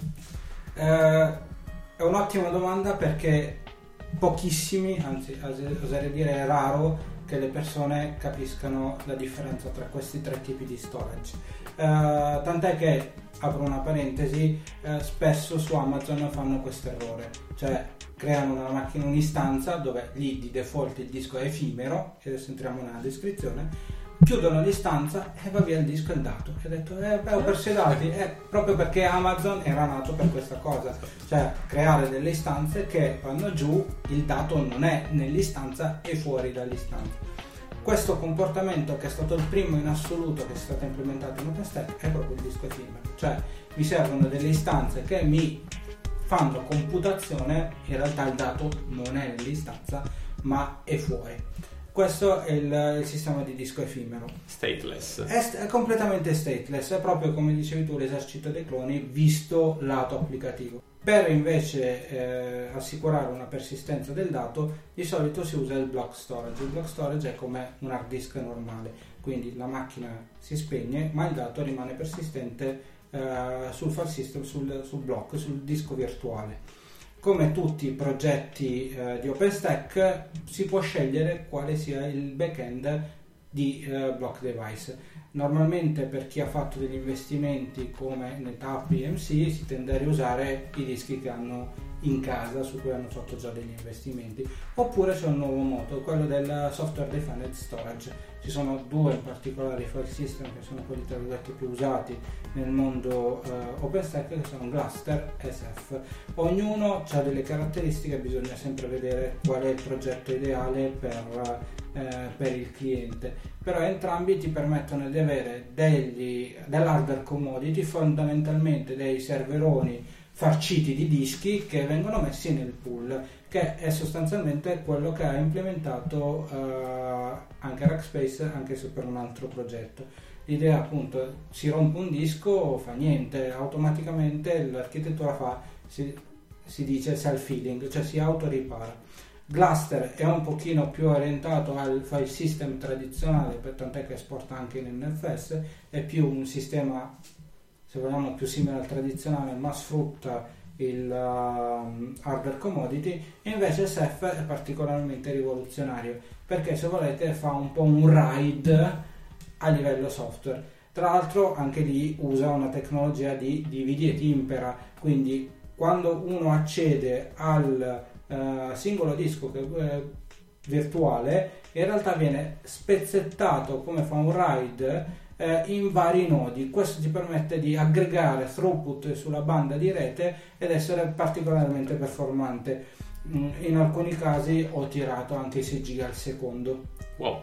Eh, è un'ottima domanda, perché pochissimi, anzi oserei dire è raro, che le persone capiscano la differenza tra questi tre tipi di storage. Eh, tant'è che, apro una parentesi, eh, spesso su Amazon fanno questo errore, cioè creano una macchina, un'istanza dove lì di default il disco è effimero, e adesso entriamo nella descrizione, chiudono l'istanza e va via il disco e il dato. E ho detto, eh, beh, ho perso i dati, eh, proprio perché Amazon era nato per questa cosa, cioè creare delle istanze che vanno giù, il dato non è nell'istanza, è fuori dall'istanza. Questo comportamento, che è stato il primo in assoluto che è stato implementato in OpenStack, è proprio il disco effimero, cioè mi servono delle istanze che mi fanno computazione, in realtà il dato non è nell'istanza ma è fuori. Questo è il, il sistema di disco effimero. Stateless. È, è completamente stateless, è proprio, come dicevi tu, l'esercito dei cloni visto lato applicativo. Per invece eh, assicurare una persistenza del dato, di solito si usa il block storage. Il block storage è come un hard disk normale, quindi la macchina si spegne ma il dato rimane persistente eh, sul file system, sul, sul block, sul disco virtuale. Come tutti i progetti eh, di OpenStack, si può scegliere quale sia il backend di eh, block device. Normalmente, per chi ha fatto degli investimenti come NetApp, E M C, si tende a riusare i dischi che hanno in casa, su cui hanno fatto già degli investimenti, oppure c'è un nuovo modo, quello del software defined storage. Ci sono due in particolare i file system che sono quelli tra virgolette più usati nel mondo eh, OpenStack, che sono Gluster e Ceph. Ognuno ha delle caratteristiche, bisogna sempre vedere qual è il progetto ideale per, eh, per il cliente, però entrambi ti permettono di avere degli, dell'hardware commodity, fondamentalmente dei serveroni farciti di dischi che vengono messi nel pool, che è sostanzialmente quello che ha implementato uh, anche Rackspace, anche se per un altro progetto. L'idea, appunto, si rompe un disco, fa niente, automaticamente l'architettura fa, si, si dice self-healing, cioè si autoripara. Gluster è un pochino più orientato al file system tradizionale, per tant'è che esporta anche in N F S, è più un sistema, se vogliamo, più simile al tradizionale, ma sfrutta il uh, hardware commodity. E invece Ceph è particolarmente rivoluzionario, perché, se volete, fa un po' un ride a livello software. Tra l'altro anche lì usa una tecnologia di dividi et impera, quindi quando uno accede al uh, singolo disco che, uh, virtuale, in realtà viene spezzettato, come fa un ride, in vari nodi. Questo ti permette di aggregare throughput sulla banda di rete ed essere particolarmente performante. In alcuni casi ho tirato anche sei giga al secondo. Wow.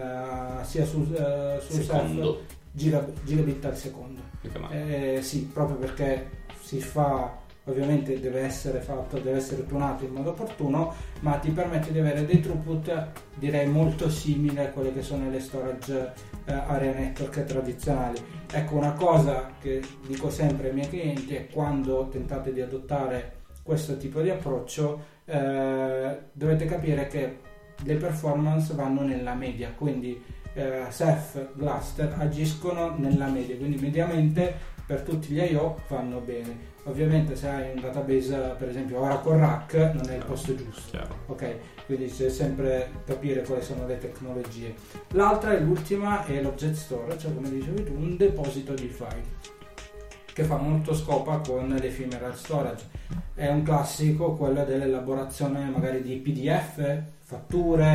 Uh, sia su, uh, sul secondo. Ceph, giga, gigabit al secondo. Eh, sì, proprio perché si fa, ovviamente deve essere fatto, deve essere tunato in modo opportuno, ma ti permette di avere dei throughput, direi, molto simili a quelle che sono le storage eh, area network tradizionali. Ecco, una cosa che dico sempre ai miei clienti è: quando tentate di adottare questo tipo di approccio, eh, dovete capire che le performance vanno nella media, quindi eh, Ceph, Gluster agiscono nella media, quindi mediamente per tutti gli I O vanno bene. Ovviamente se hai un database, per esempio Oracle Rack, non è il posto giusto. Chiaro. Ok, quindi c'è sempre capire quali sono le tecnologie. L'altra e l'ultima è l'object storage, cioè, come dicevi tu, un deposito di file che fa molto scopa con l'ephemeral storage. È un classico quello dell'elaborazione magari di P D F, fatture,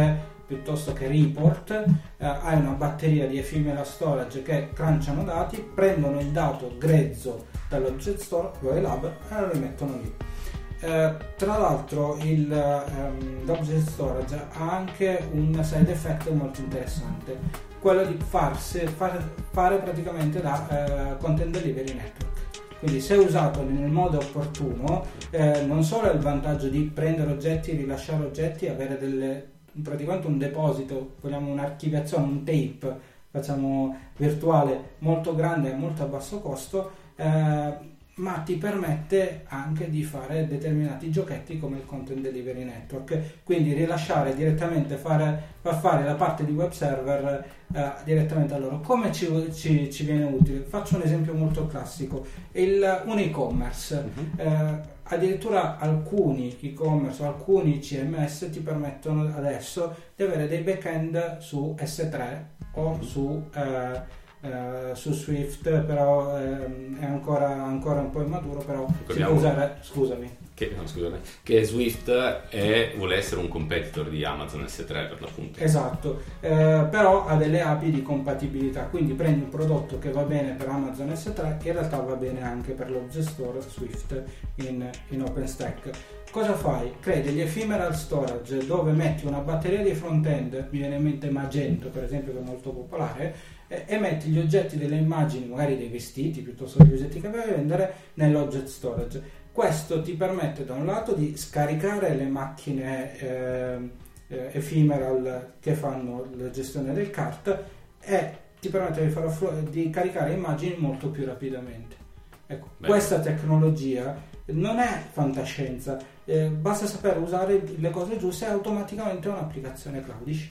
piuttosto che report, eh, hai una batteria di ephemeral storage che crunchano dati, prendono il dato grezzo dall'object store, lo elab e lo rimettono lì. Eh, tra l'altro il, um, l'object storage ha anche un side effect molto interessante, quello di farsi, far, fare praticamente da uh, content delivery network. Quindi se usato nel modo opportuno, eh, non solo ha il vantaggio di prendere oggetti, rilasciare oggetti, avere delle, praticamente un deposito, vogliamo un'archiviazione, un tape, facciamo virtuale, molto grande e molto a basso costo, eh, ma ti permette anche di fare determinati giochetti come il content delivery network, quindi rilasciare direttamente, fare, far fare la parte di web server eh, direttamente a loro. Come ci, ci, ci viene utile? Faccio un esempio molto classico, il, un e-commerce. Uh-huh. Eh, addirittura alcuni e-commerce o alcuni C M S ti permettono adesso di avere dei backend su S tre o uh-huh. su eh, Uh, su Swift, però uh, è ancora, ancora un po' immaturo, però si può usare, scusami. Che, no, scusami, che Swift è, vuole essere un competitor di Amazon S tre per l'appunto. Esatto, uh, però ha delle A P I di compatibilità, quindi prendi un prodotto che va bene per Amazon S tre, in realtà va bene anche per l'Object Store Swift in, in OpenStack. Cosa fai? Crei degli ephemeral storage dove metti una batteria di front-end, mi viene in mente Magento per esempio, che è molto popolare, e metti gli oggetti delle immagini, magari dei vestiti piuttosto che gli oggetti che vuoi vendere, nell'object storage. Questo ti permette da un lato di scaricare le macchine eh, eh, ephemeral che fanno la gestione del cart e ti permette di, far afflu- di caricare immagini molto più rapidamente. Ecco, questa tecnologia non è fantascienza, eh, basta saper usare le cose giuste e automaticamente è un'applicazione cloudish.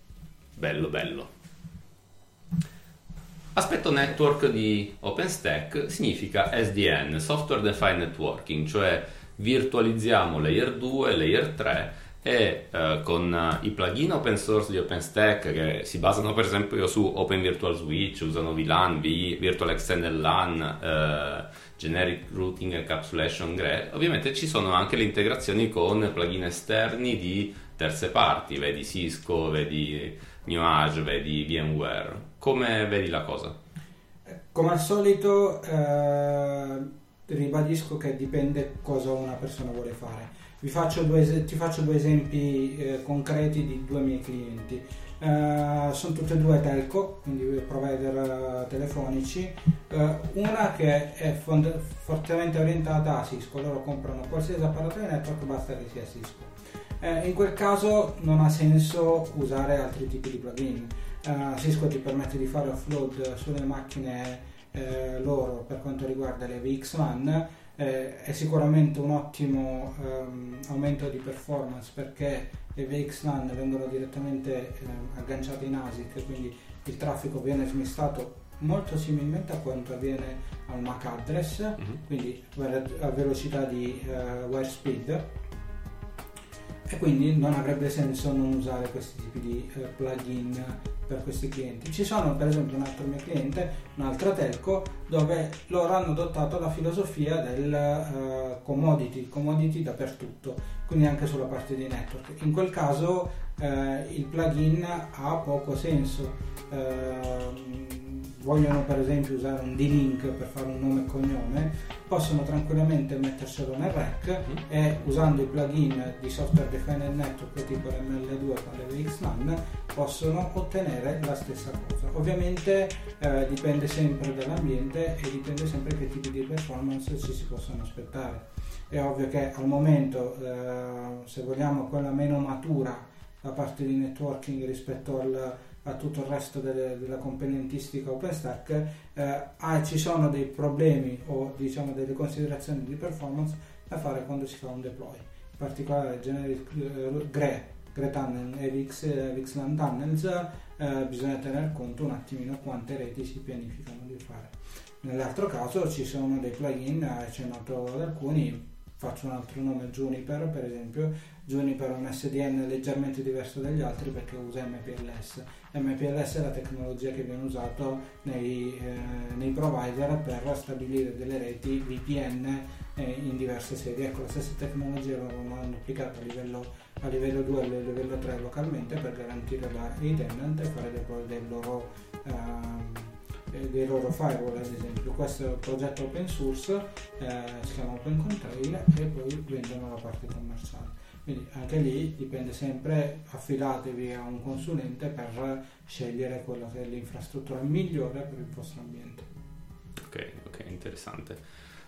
Bello, bello. Aspetto network di OpenStack significa S D N, Software Defined Networking, cioè virtualizziamo layer due, layer tre e eh, con uh, i plugin open source di OpenStack che si basano per esempio su Open Virtual Switch, usano V LAN, v, Virtual Extended LAN, eh, Generic Routing Encapsulation G R E, ovviamente ci sono anche le integrazioni con plugin esterni di terze parti, vedi Cisco, vedi Nuage, vedi VMware. Come vedi la cosa? Come al solito eh, ribadisco che dipende cosa una persona vuole fare. Vi faccio due, ti faccio due esempi eh, concreti di due miei clienti. Eh, sono tutte e due telco, quindi provider telefonici. Eh, una che è fond- fortemente orientata a Cisco, loro comprano qualsiasi apparato di network, basta che sia Cisco. Eh, in quel caso non ha senso usare altri tipi di plugin. Uh, Cisco ti permette di fare offload sulle macchine eh, loro per quanto riguarda le V X LAN, eh, è sicuramente un ottimo um, aumento di performance perché le V X LAN vengono direttamente eh, agganciate in A S I C, quindi il traffico viene smistato molto similmente a quanto avviene al M A C address, mm-hmm. quindi a velocità di uh, wire speed, e quindi non avrebbe senso non usare questi tipi di uh, plugin per questi clienti. Ci sono per esempio un altro mio cliente, un'altra telco, dove loro hanno adottato la filosofia del uh, commodity, commodity dappertutto, quindi anche sulla parte di network. In quel caso uh, il plugin ha poco senso. Uh, vogliono per esempio usare un D-Link per fare un nome e cognome, possono tranquillamente metterselo nel rack mm. e usando i plugin di software defined network tipo l'M L due con le V X LAN possono ottenere la stessa cosa. Ovviamente eh, dipende sempre dall'ambiente e dipende sempre che tipi di performance ci si possono aspettare. È ovvio che al momento eh, se vogliamo quella meno matura la parte di networking rispetto al a tutto il resto delle, della componentistica OpenStack, eh, ah, ci sono dei problemi o diciamo delle considerazioni di performance da fare quando si fa un deploy, in particolare generic uh, G R E, G R E tunnel e V X LAN tunnels, eh, bisogna tener conto un attimino quante reti si pianificano di fare. Nell'altro caso ci sono dei plugin, eh, ce ne noto ad alcuni, faccio un altro nome, Juniper per esempio. Juniper è un S D N leggermente diverso dagli altri perché usa M P L S. M P L S è la tecnologia che viene usata nei, eh, nei provider per stabilire delle reti V P N eh, in diverse sedi. Ecco, la stessa tecnologia l'hanno applicata a livello, a livello due e a livello tre localmente per garantire la, i tenant e fare dei, dei loro uh, dei loro firewall, ad esempio. Questo è un progetto open source, eh, si chiama Open Contrail, e poi vendono la parte commerciale. Quindi anche lì dipende sempre, affidatevi a un consulente per scegliere quello che è l'infrastruttura migliore per il vostro ambiente. Ok, ok, interessante.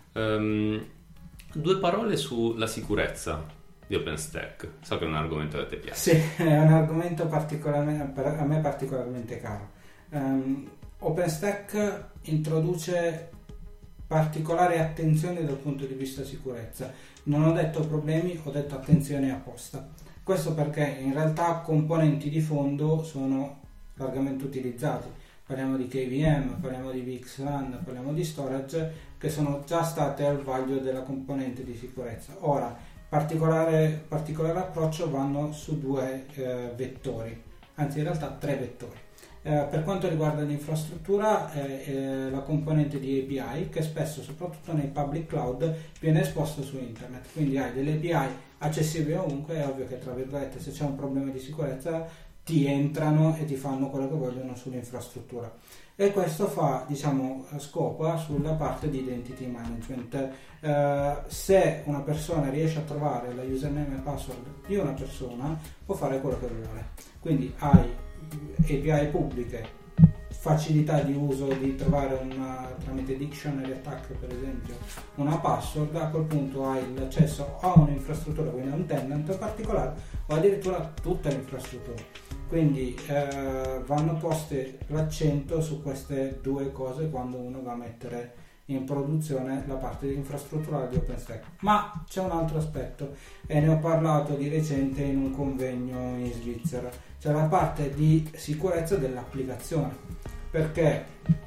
Um, due parole sulla sicurezza di OpenStack. So che è un argomento che ti piace. Sì, è un argomento particolarmente, a me particolarmente caro. Um, OpenStack introduce particolare attenzione dal punto di vista sicurezza. Non ho detto problemi, ho detto attenzione apposta. Questo perché in realtà componenti di fondo sono largamente utilizzati. Parliamo di K V M, parliamo di V X LAN, parliamo di storage, che sono già state al vaglio della componente di sicurezza. Ora, particolare, particolare approccio vanno su due eh, vettori, anzi in realtà tre vettori. Eh, per quanto riguarda l'infrastruttura, eh, eh, la componente di A P I, che spesso, soprattutto nei public cloud, viene esposta su internet, quindi hai delle A P I accessibili ovunque. È ovvio che, tra virgolette, se c'è un problema di sicurezza ti entrano e ti fanno quello che vogliono sull'infrastruttura, e questo fa, diciamo, scopa sulla parte di identity management. Eh, se una persona riesce a trovare la username e password di una persona, può fare quello che vuole. Quindi hai A P I pubbliche, facilità di uso di trovare una, tramite dictionary attack per esempio, una password. A quel punto hai l'accesso a un'infrastruttura, quindi a un tenant particolare, o addirittura a tutta l'infrastruttura. Quindi eh, vanno poste l'accento su queste due cose quando uno va a mettere in produzione la parte infrastrutturale di OpenStack. Ma c'è un altro aspetto, e ne ho parlato di recente in un convegno in Svizzera. C'è la parte di sicurezza dell'applicazione, perché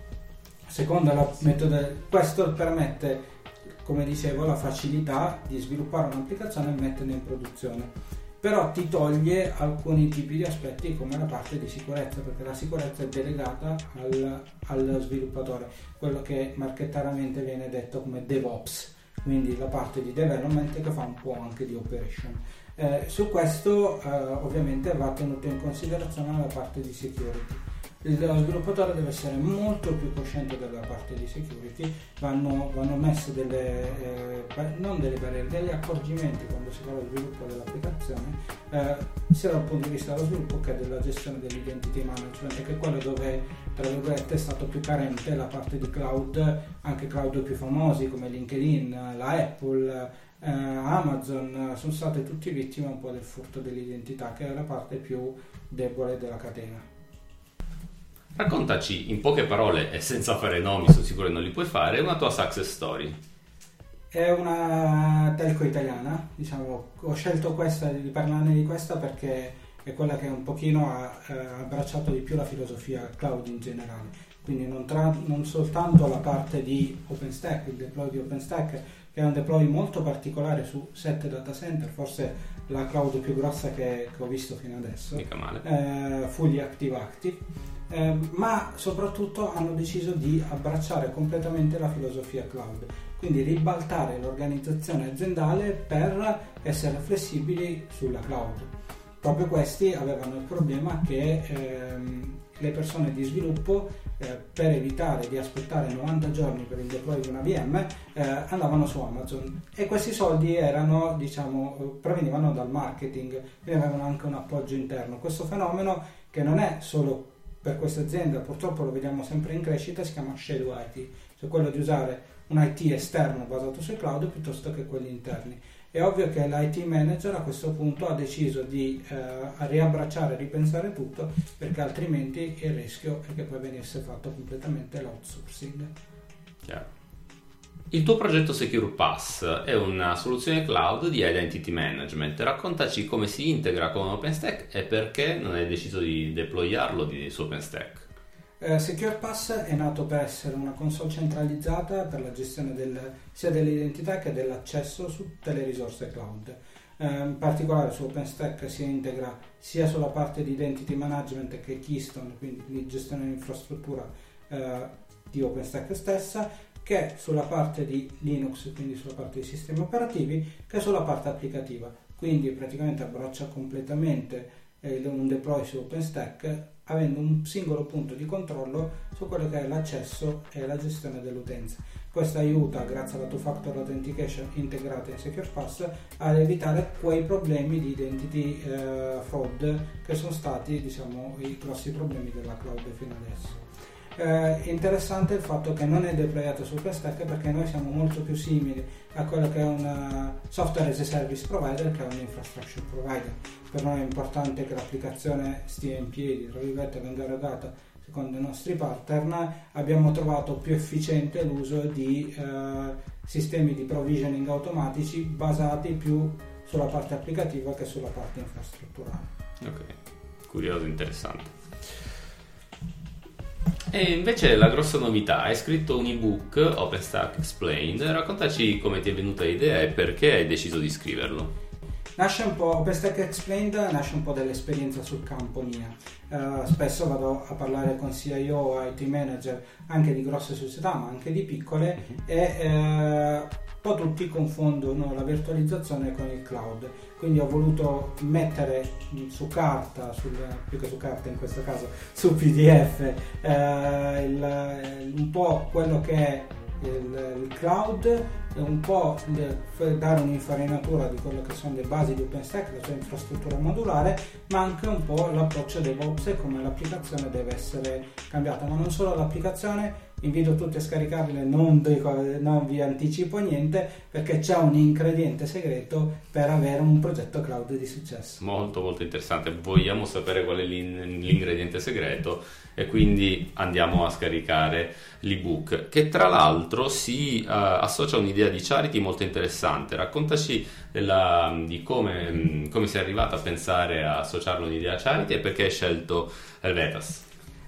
secondo la metodo, questo permette, come dicevo, la facilità di sviluppare un'applicazione e metterla in produzione, però ti toglie alcuni tipi di aspetti come la parte di sicurezza, perché la sicurezza è delegata al, al sviluppatore, quello che marchettariamente viene detto come DevOps, quindi la parte di development che fa un po' anche di operation. Eh, su questo eh, ovviamente va tenuto in considerazione la parte di security. Lo sviluppatore deve essere molto più cosciente della parte di security, vanno, vanno messe delle, eh, non delle barriere, degli accorgimenti quando si fa lo sviluppo dell'applicazione, eh, sia dal punto di vista dello sviluppo che della gestione dell'identity management, che è quello dove, tra virgolette, è stato più carente la parte di cloud, anche cloud più famosi come LinkedIn, la Apple, eh, Amazon, sono state tutti vittime un po' del furto dell'identità, che è la parte più debole della catena. Raccontaci in poche parole, e senza fare nomi, sono sicuro che non li puoi fare, una tua success story. È una telco italiana, diciamo. Ho scelto questa, di parlarne di questa perché è quella che un pochino ha eh, abbracciato di più la filosofia cloud in generale, quindi non, tra, non soltanto la parte di OpenStack, il deploy di OpenStack, che è un deploy molto particolare su sette data center, forse la cloud più grossa che, che ho visto fino adesso, mica male, eh, fully active active. Eh, ma soprattutto hanno deciso di abbracciare completamente la filosofia cloud, quindi ribaltare l'organizzazione aziendale per essere flessibili sulla cloud. Proprio questi avevano il problema che ehm, le persone di sviluppo, eh, per evitare di aspettare novanta giorni per il deploy di una V M, eh, andavano su Amazon, e questi soldi erano, diciamo, provenivano dal marketing, quindi avevano anche un appoggio interno. Questo fenomeno, che non è solo per questa azienda, purtroppo lo vediamo sempre in crescita, si chiama shadow I T, cioè quello di usare un I T esterno basato sui cloud piuttosto che quelli interni. È ovvio che l'I T manager a questo punto ha deciso di eh, riabbracciare e ripensare tutto, perché altrimenti il rischio è che poi venisse fatto completamente l'outsourcing. Chiaro. Il tuo progetto Secure Pass è una soluzione cloud di identity management. Raccontaci come si integra con OpenStack e perché non hai deciso di deployarlo di, su OpenStack. Uh, Secure Pass è nato per essere una console centralizzata per la gestione del, sia dell'identità che dell'accesso su tutte le risorse cloud. Uh, in particolare su OpenStack si integra sia sulla parte di identity management che Keystone, quindi di gestione dell'infrastruttura uh, di OpenStack stessa, che sulla parte di Linux, quindi sulla parte dei sistemi operativi, che sulla parte applicativa. Quindi praticamente abbraccia completamente eh, un deploy su OpenStack, avendo un singolo punto di controllo su quello che è l'accesso e la gestione dell'utenza. Questo aiuta, grazie alla two-factor authentication integrata in SecurePass, ad evitare quei problemi di identity eh, fraud che sono stati, diciamo, i grossi problemi della cloud fino adesso. Eh, interessante il fatto che non è deployato su OpenStack, perché noi siamo molto più simili a quello che è un software as a service provider che è un infrastructure provider. Per noi è importante che l'applicazione stia in piedi, tra virgolette, venga erogata secondo i nostri pattern. Abbiamo trovato più efficiente l'uso di eh, sistemi di provisioning automatici basati più sulla parte applicativa che sulla parte infrastrutturale. Ok, curioso, interessante. E invece la grossa novità, hai scritto un ebook, OpenStack Explained. Raccontaci come ti è venuta l'idea e perché hai deciso di scriverlo. Nasce un po', OpenStack Explained nasce un po' dall'esperienza sul campo mia. Uh, spesso vado a parlare con C I O, I T manager, anche di grosse società ma anche di piccole, uh-huh. e uh, un po' tutti confondono la virtualizzazione con il cloud. Quindi ho voluto mettere su carta, sul, più che su carta in questo caso, su P D F, uh, il, un po' quello che è il, il cloud, un po' dare un'infarinatura di quello che sono le basi di OpenStack, la sua infrastruttura modulare, ma anche un po' l'approccio DevOps e come l'applicazione deve essere cambiata. Ma non solo l'applicazione, invito tutti a scaricarle, non, dico, non vi anticipo niente, perché c'è un ingrediente segreto per avere un progetto cloud di successo. Molto molto interessante, vogliamo sapere qual è l'ingrediente segreto e quindi andiamo a scaricare l'ebook, che tra l'altro si uh, associa a un'idea di charity molto interessante. Raccontaci della, di come, come sei arrivata a pensare a associarlo a un'idea charity e perché hai scelto Helvetas.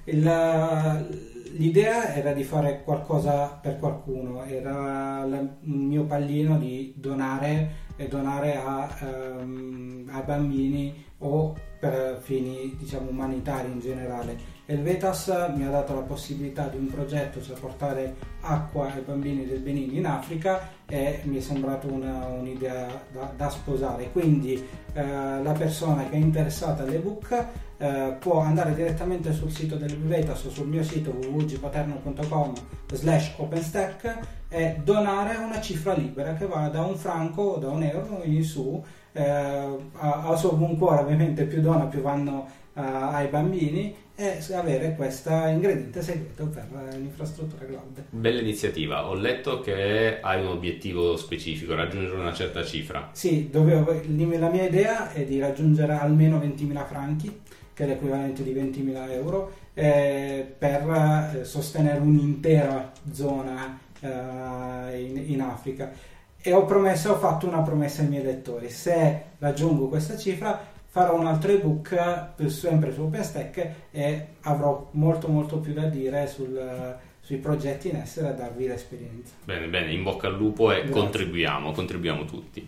Il, L'idea era di fare qualcosa per qualcuno, era la, il mio pallino di donare e donare a, um, a bambini o per fini, diciamo, umanitari in generale. Helvetas mi ha dato la possibilità di un progetto, cioè portare acqua ai bambini del Benin in Africa, e mi è sembrato una, un'idea da, da sposare. Quindi eh, la persona che è interessata all'ebook eh, può andare direttamente sul sito dell'Helvetas o sul mio sito w w w punto g paterno punto com slash openstack e donare una cifra libera che va da un franco o da un euro in su. Eh, a, a suo buon cuore, ovviamente, più dona più vanno uh, ai bambini, e avere questo ingrediente segreto per l'infrastruttura cloud. Bella iniziativa. Ho letto che hai un obiettivo specifico, raggiungere una certa cifra. Sì, dovevo, la mia idea è di raggiungere almeno ventimila franchi, che è l'equivalente di ventimila euro, eh, per eh, sostenere un'intera zona eh, in, in Africa. E ho promesso, ho fatto una promessa ai miei lettori: se raggiungo questa cifra farò un altro ebook sempre su OpenStack e avrò molto molto più da dire sul, sui progetti in essere, a darvi l'esperienza. Bene, bene, in bocca al lupo e Grazie. contribuiamo, contribuiamo tutti.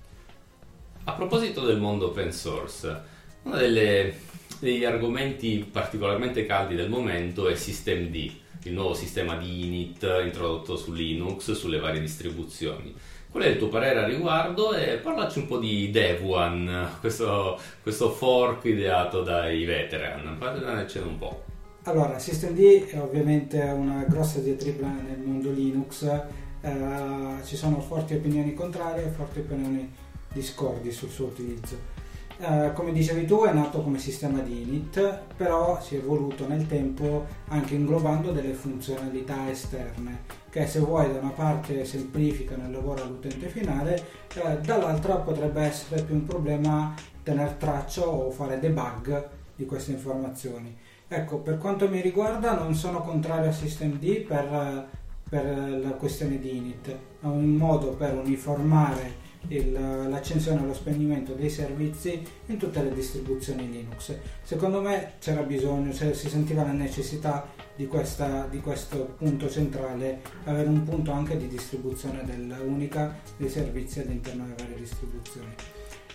A proposito del mondo open source, uno delle, degli argomenti particolarmente caldi del momento è systemd, il nuovo sistema di init introdotto su Linux, sulle varie distribuzioni. Qual è il tuo parere a riguardo? E parlaci un po' di DevOne, questo, questo fork ideato dai veteran. Parlicene un po'. Allora, systemd è ovviamente una grossa diatriba nel mondo Linux, eh, ci sono forti opinioni contrarie e forti opinioni discordi sul suo utilizzo. Uh, come dicevi tu, è nato come sistema di init, però si è evoluto nel tempo anche inglobando delle funzionalità esterne che, se vuoi, da una parte semplificano il lavoro all'utente finale, eh, dall'altra potrebbe essere più un problema tener traccia o fare debug di queste informazioni. Ecco, per quanto mi riguarda non sono contrario a systemd per, per la questione di init, è un modo per uniformare Il, l'accensione e lo spegnimento dei servizi in tutte le distribuzioni Linux. Secondo me c'era bisogno, cioè si sentiva la necessità di, questa, di questo punto centrale, avere un punto anche di distribuzione del, unica dei servizi all'interno delle varie distribuzioni.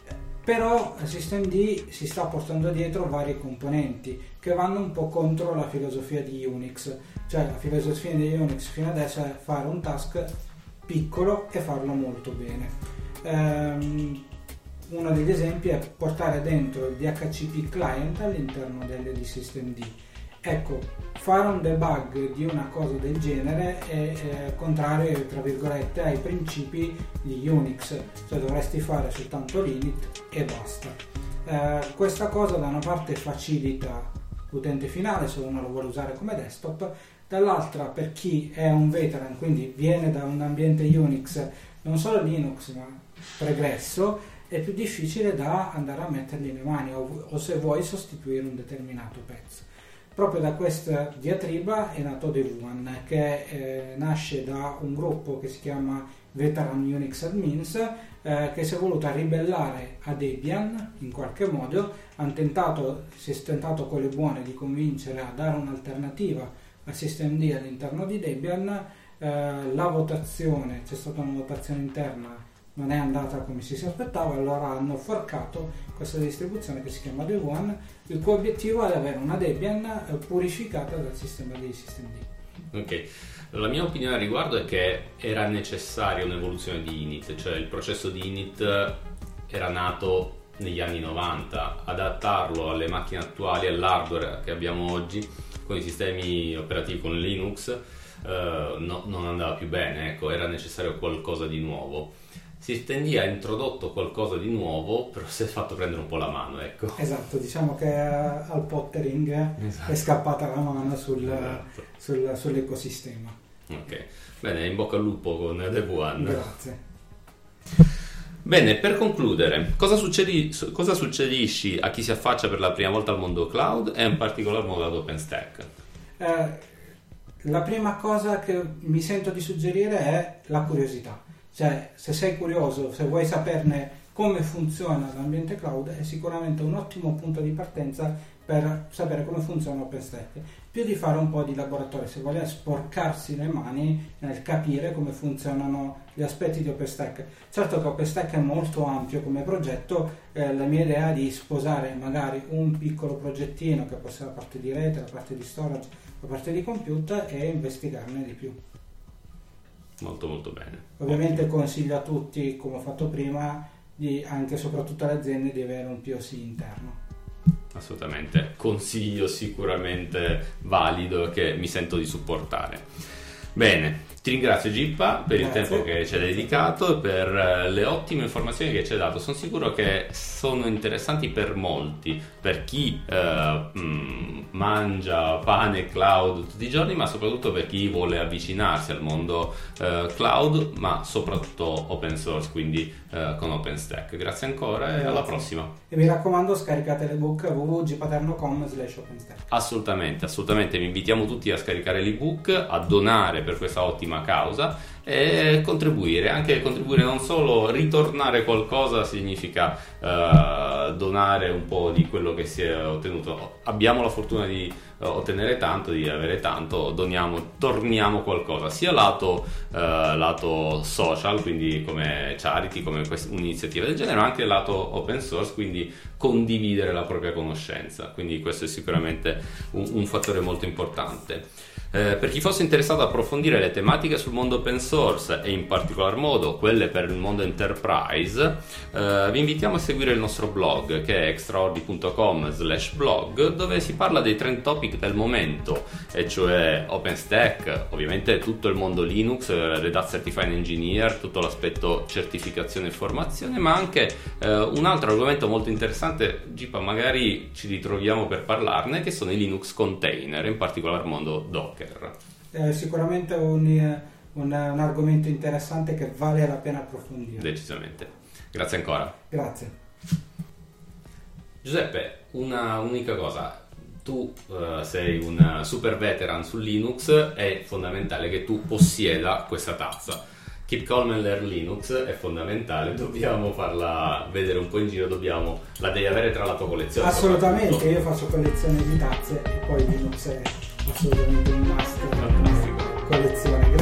però systemd si sta portando dietro vari componenti che vanno un po' contro la filosofia di Unix, cioè la filosofia di Unix fino adesso è fare un task piccolo e farlo molto bene. Ehm, uno degli esempi è portare dentro il D H C P client all'interno del, di systemd. Ecco, fare un debug di una cosa del genere è, è contrario, tra virgolette, ai principi di Unix, cioè dovresti fare soltanto l'init e basta. Eh, questa cosa da una parte facilita l'utente finale se uno lo vuole usare come desktop, dall'altra per chi è un veteran, quindi viene da un ambiente Unix, non solo Linux ma pregresso, è più difficile da andare a mettergli le mani o, o se vuoi sostituire un determinato pezzo. Proprio da questa diatriba è nato Devuan, che eh, nasce da un gruppo che si chiama Veteran Unix Admins, eh, che si è voluta ribellare a Debian in qualche modo. Han tentato, si è tentato con le buone di convincere a dare un'alternativa a systemd all'interno di Debian. Eh, la votazione, c'è stata una votazione interna, non è andata come si si aspettava, allora hanno forcato questa distribuzione che si chiama Devuan, il cui obiettivo è avere una Debian purificata dal sistema di systemd. Ok, la mia opinione al riguardo è che era necessaria un'evoluzione di init, cioè il processo di init era nato negli anni novanta, adattarlo alle macchine attuali, all'hardware che abbiamo oggi con i sistemi operativi con Linux eh, no, non andava più bene, ecco, era necessario qualcosa di nuovo. systemd ha introdotto qualcosa di nuovo, però si è fatto prendere un po' la mano, ecco. Esatto, diciamo che al pottering esatto. È scappata la mano sul, esatto. sul, sull'ecosistema. Ok, bene, in bocca al lupo con Devuan. Grazie. Bene, per concludere, cosa, succedi, cosa suggerisci a chi si affaccia per la prima volta al mondo cloud e in particolar modo ad OpenStack? Eh, la prima cosa che mi sento di suggerire è la curiosità. Cioè, se sei curioso, se vuoi saperne come funziona l'ambiente cloud, è sicuramente un ottimo punto di partenza per sapere come funziona OpenStack. Più di fare un po' di laboratorio, se vuole sporcarsi le mani nel capire come funzionano gli aspetti di OpenStack. Certo che OpenStack è molto ampio come progetto, eh, la mia idea è di sposare magari un piccolo progettino che può essere la parte di rete, la parte di storage, la parte di computer e investigarne di più. Molto molto bene. Ovviamente consiglio a tutti, come ho fatto prima, di, anche e soprattutto alle aziende, di avere un P O C interno. Assolutamente, consiglio sicuramente valido che mi sento di supportare. Bene, ti ringrazio Gippa per Grazie. Il tempo che ci hai dedicato e per le ottime informazioni che ci hai dato. Sono sicuro che sono interessanti per molti, per chi eh, mh, mangia pane cloud tutti i giorni, ma soprattutto per chi vuole avvicinarsi al mondo eh, cloud, ma soprattutto open source, quindi eh, con OpenStack. Grazie ancora e Grazie. Alla prossima. E mi raccomando, scaricate l'ebook w w w punto gipaterno punto com slash openstack. Assolutamente, assolutamente, vi invitiamo tutti a scaricare l'ebook, a donare per questa ottima causa e contribuire, anche contribuire, non solo ritornare qualcosa significa uh, donare un po' di quello che si è ottenuto. Abbiamo la fortuna di uh, ottenere tanto, di avere tanto, doniamo, torniamo qualcosa, sia lato, uh, lato social, quindi come charity, come un'iniziativa del genere, ma anche lato open source, quindi condividere la propria conoscenza, quindi questo è sicuramente un, un fattore molto importante. Eh, per chi fosse interessato ad approfondire le tematiche sul mondo open source e in particolar modo quelle per il mondo enterprise, eh, vi invitiamo a seguire il nostro blog che è extraordi punto com slash blog, dove si parla dei trend topic del momento, e cioè OpenStack, ovviamente tutto il mondo Linux, Red Hat Certified Engineer, tutto l'aspetto certificazione e formazione, ma anche eh, un altro argomento molto interessante, Gipa, magari ci ritroviamo per parlarne, che sono i Linux container, in particolar modo Docker. È sicuramente un, un, un argomento interessante che vale la pena approfondire. Decisamente. Grazie ancora. Grazie. Giuseppe, una unica cosa. Tu uh, sei un super veteran su Linux, è fondamentale che tu possieda questa tazza. Keep Calm and Learn Linux è fondamentale, dobbiamo farla vedere un po' in giro, dobbiamo, la devi avere tra la tua collezione. Assolutamente, io faccio collezione di tazze e poi Linux è assolutamente un must. Fantastico. Collezione.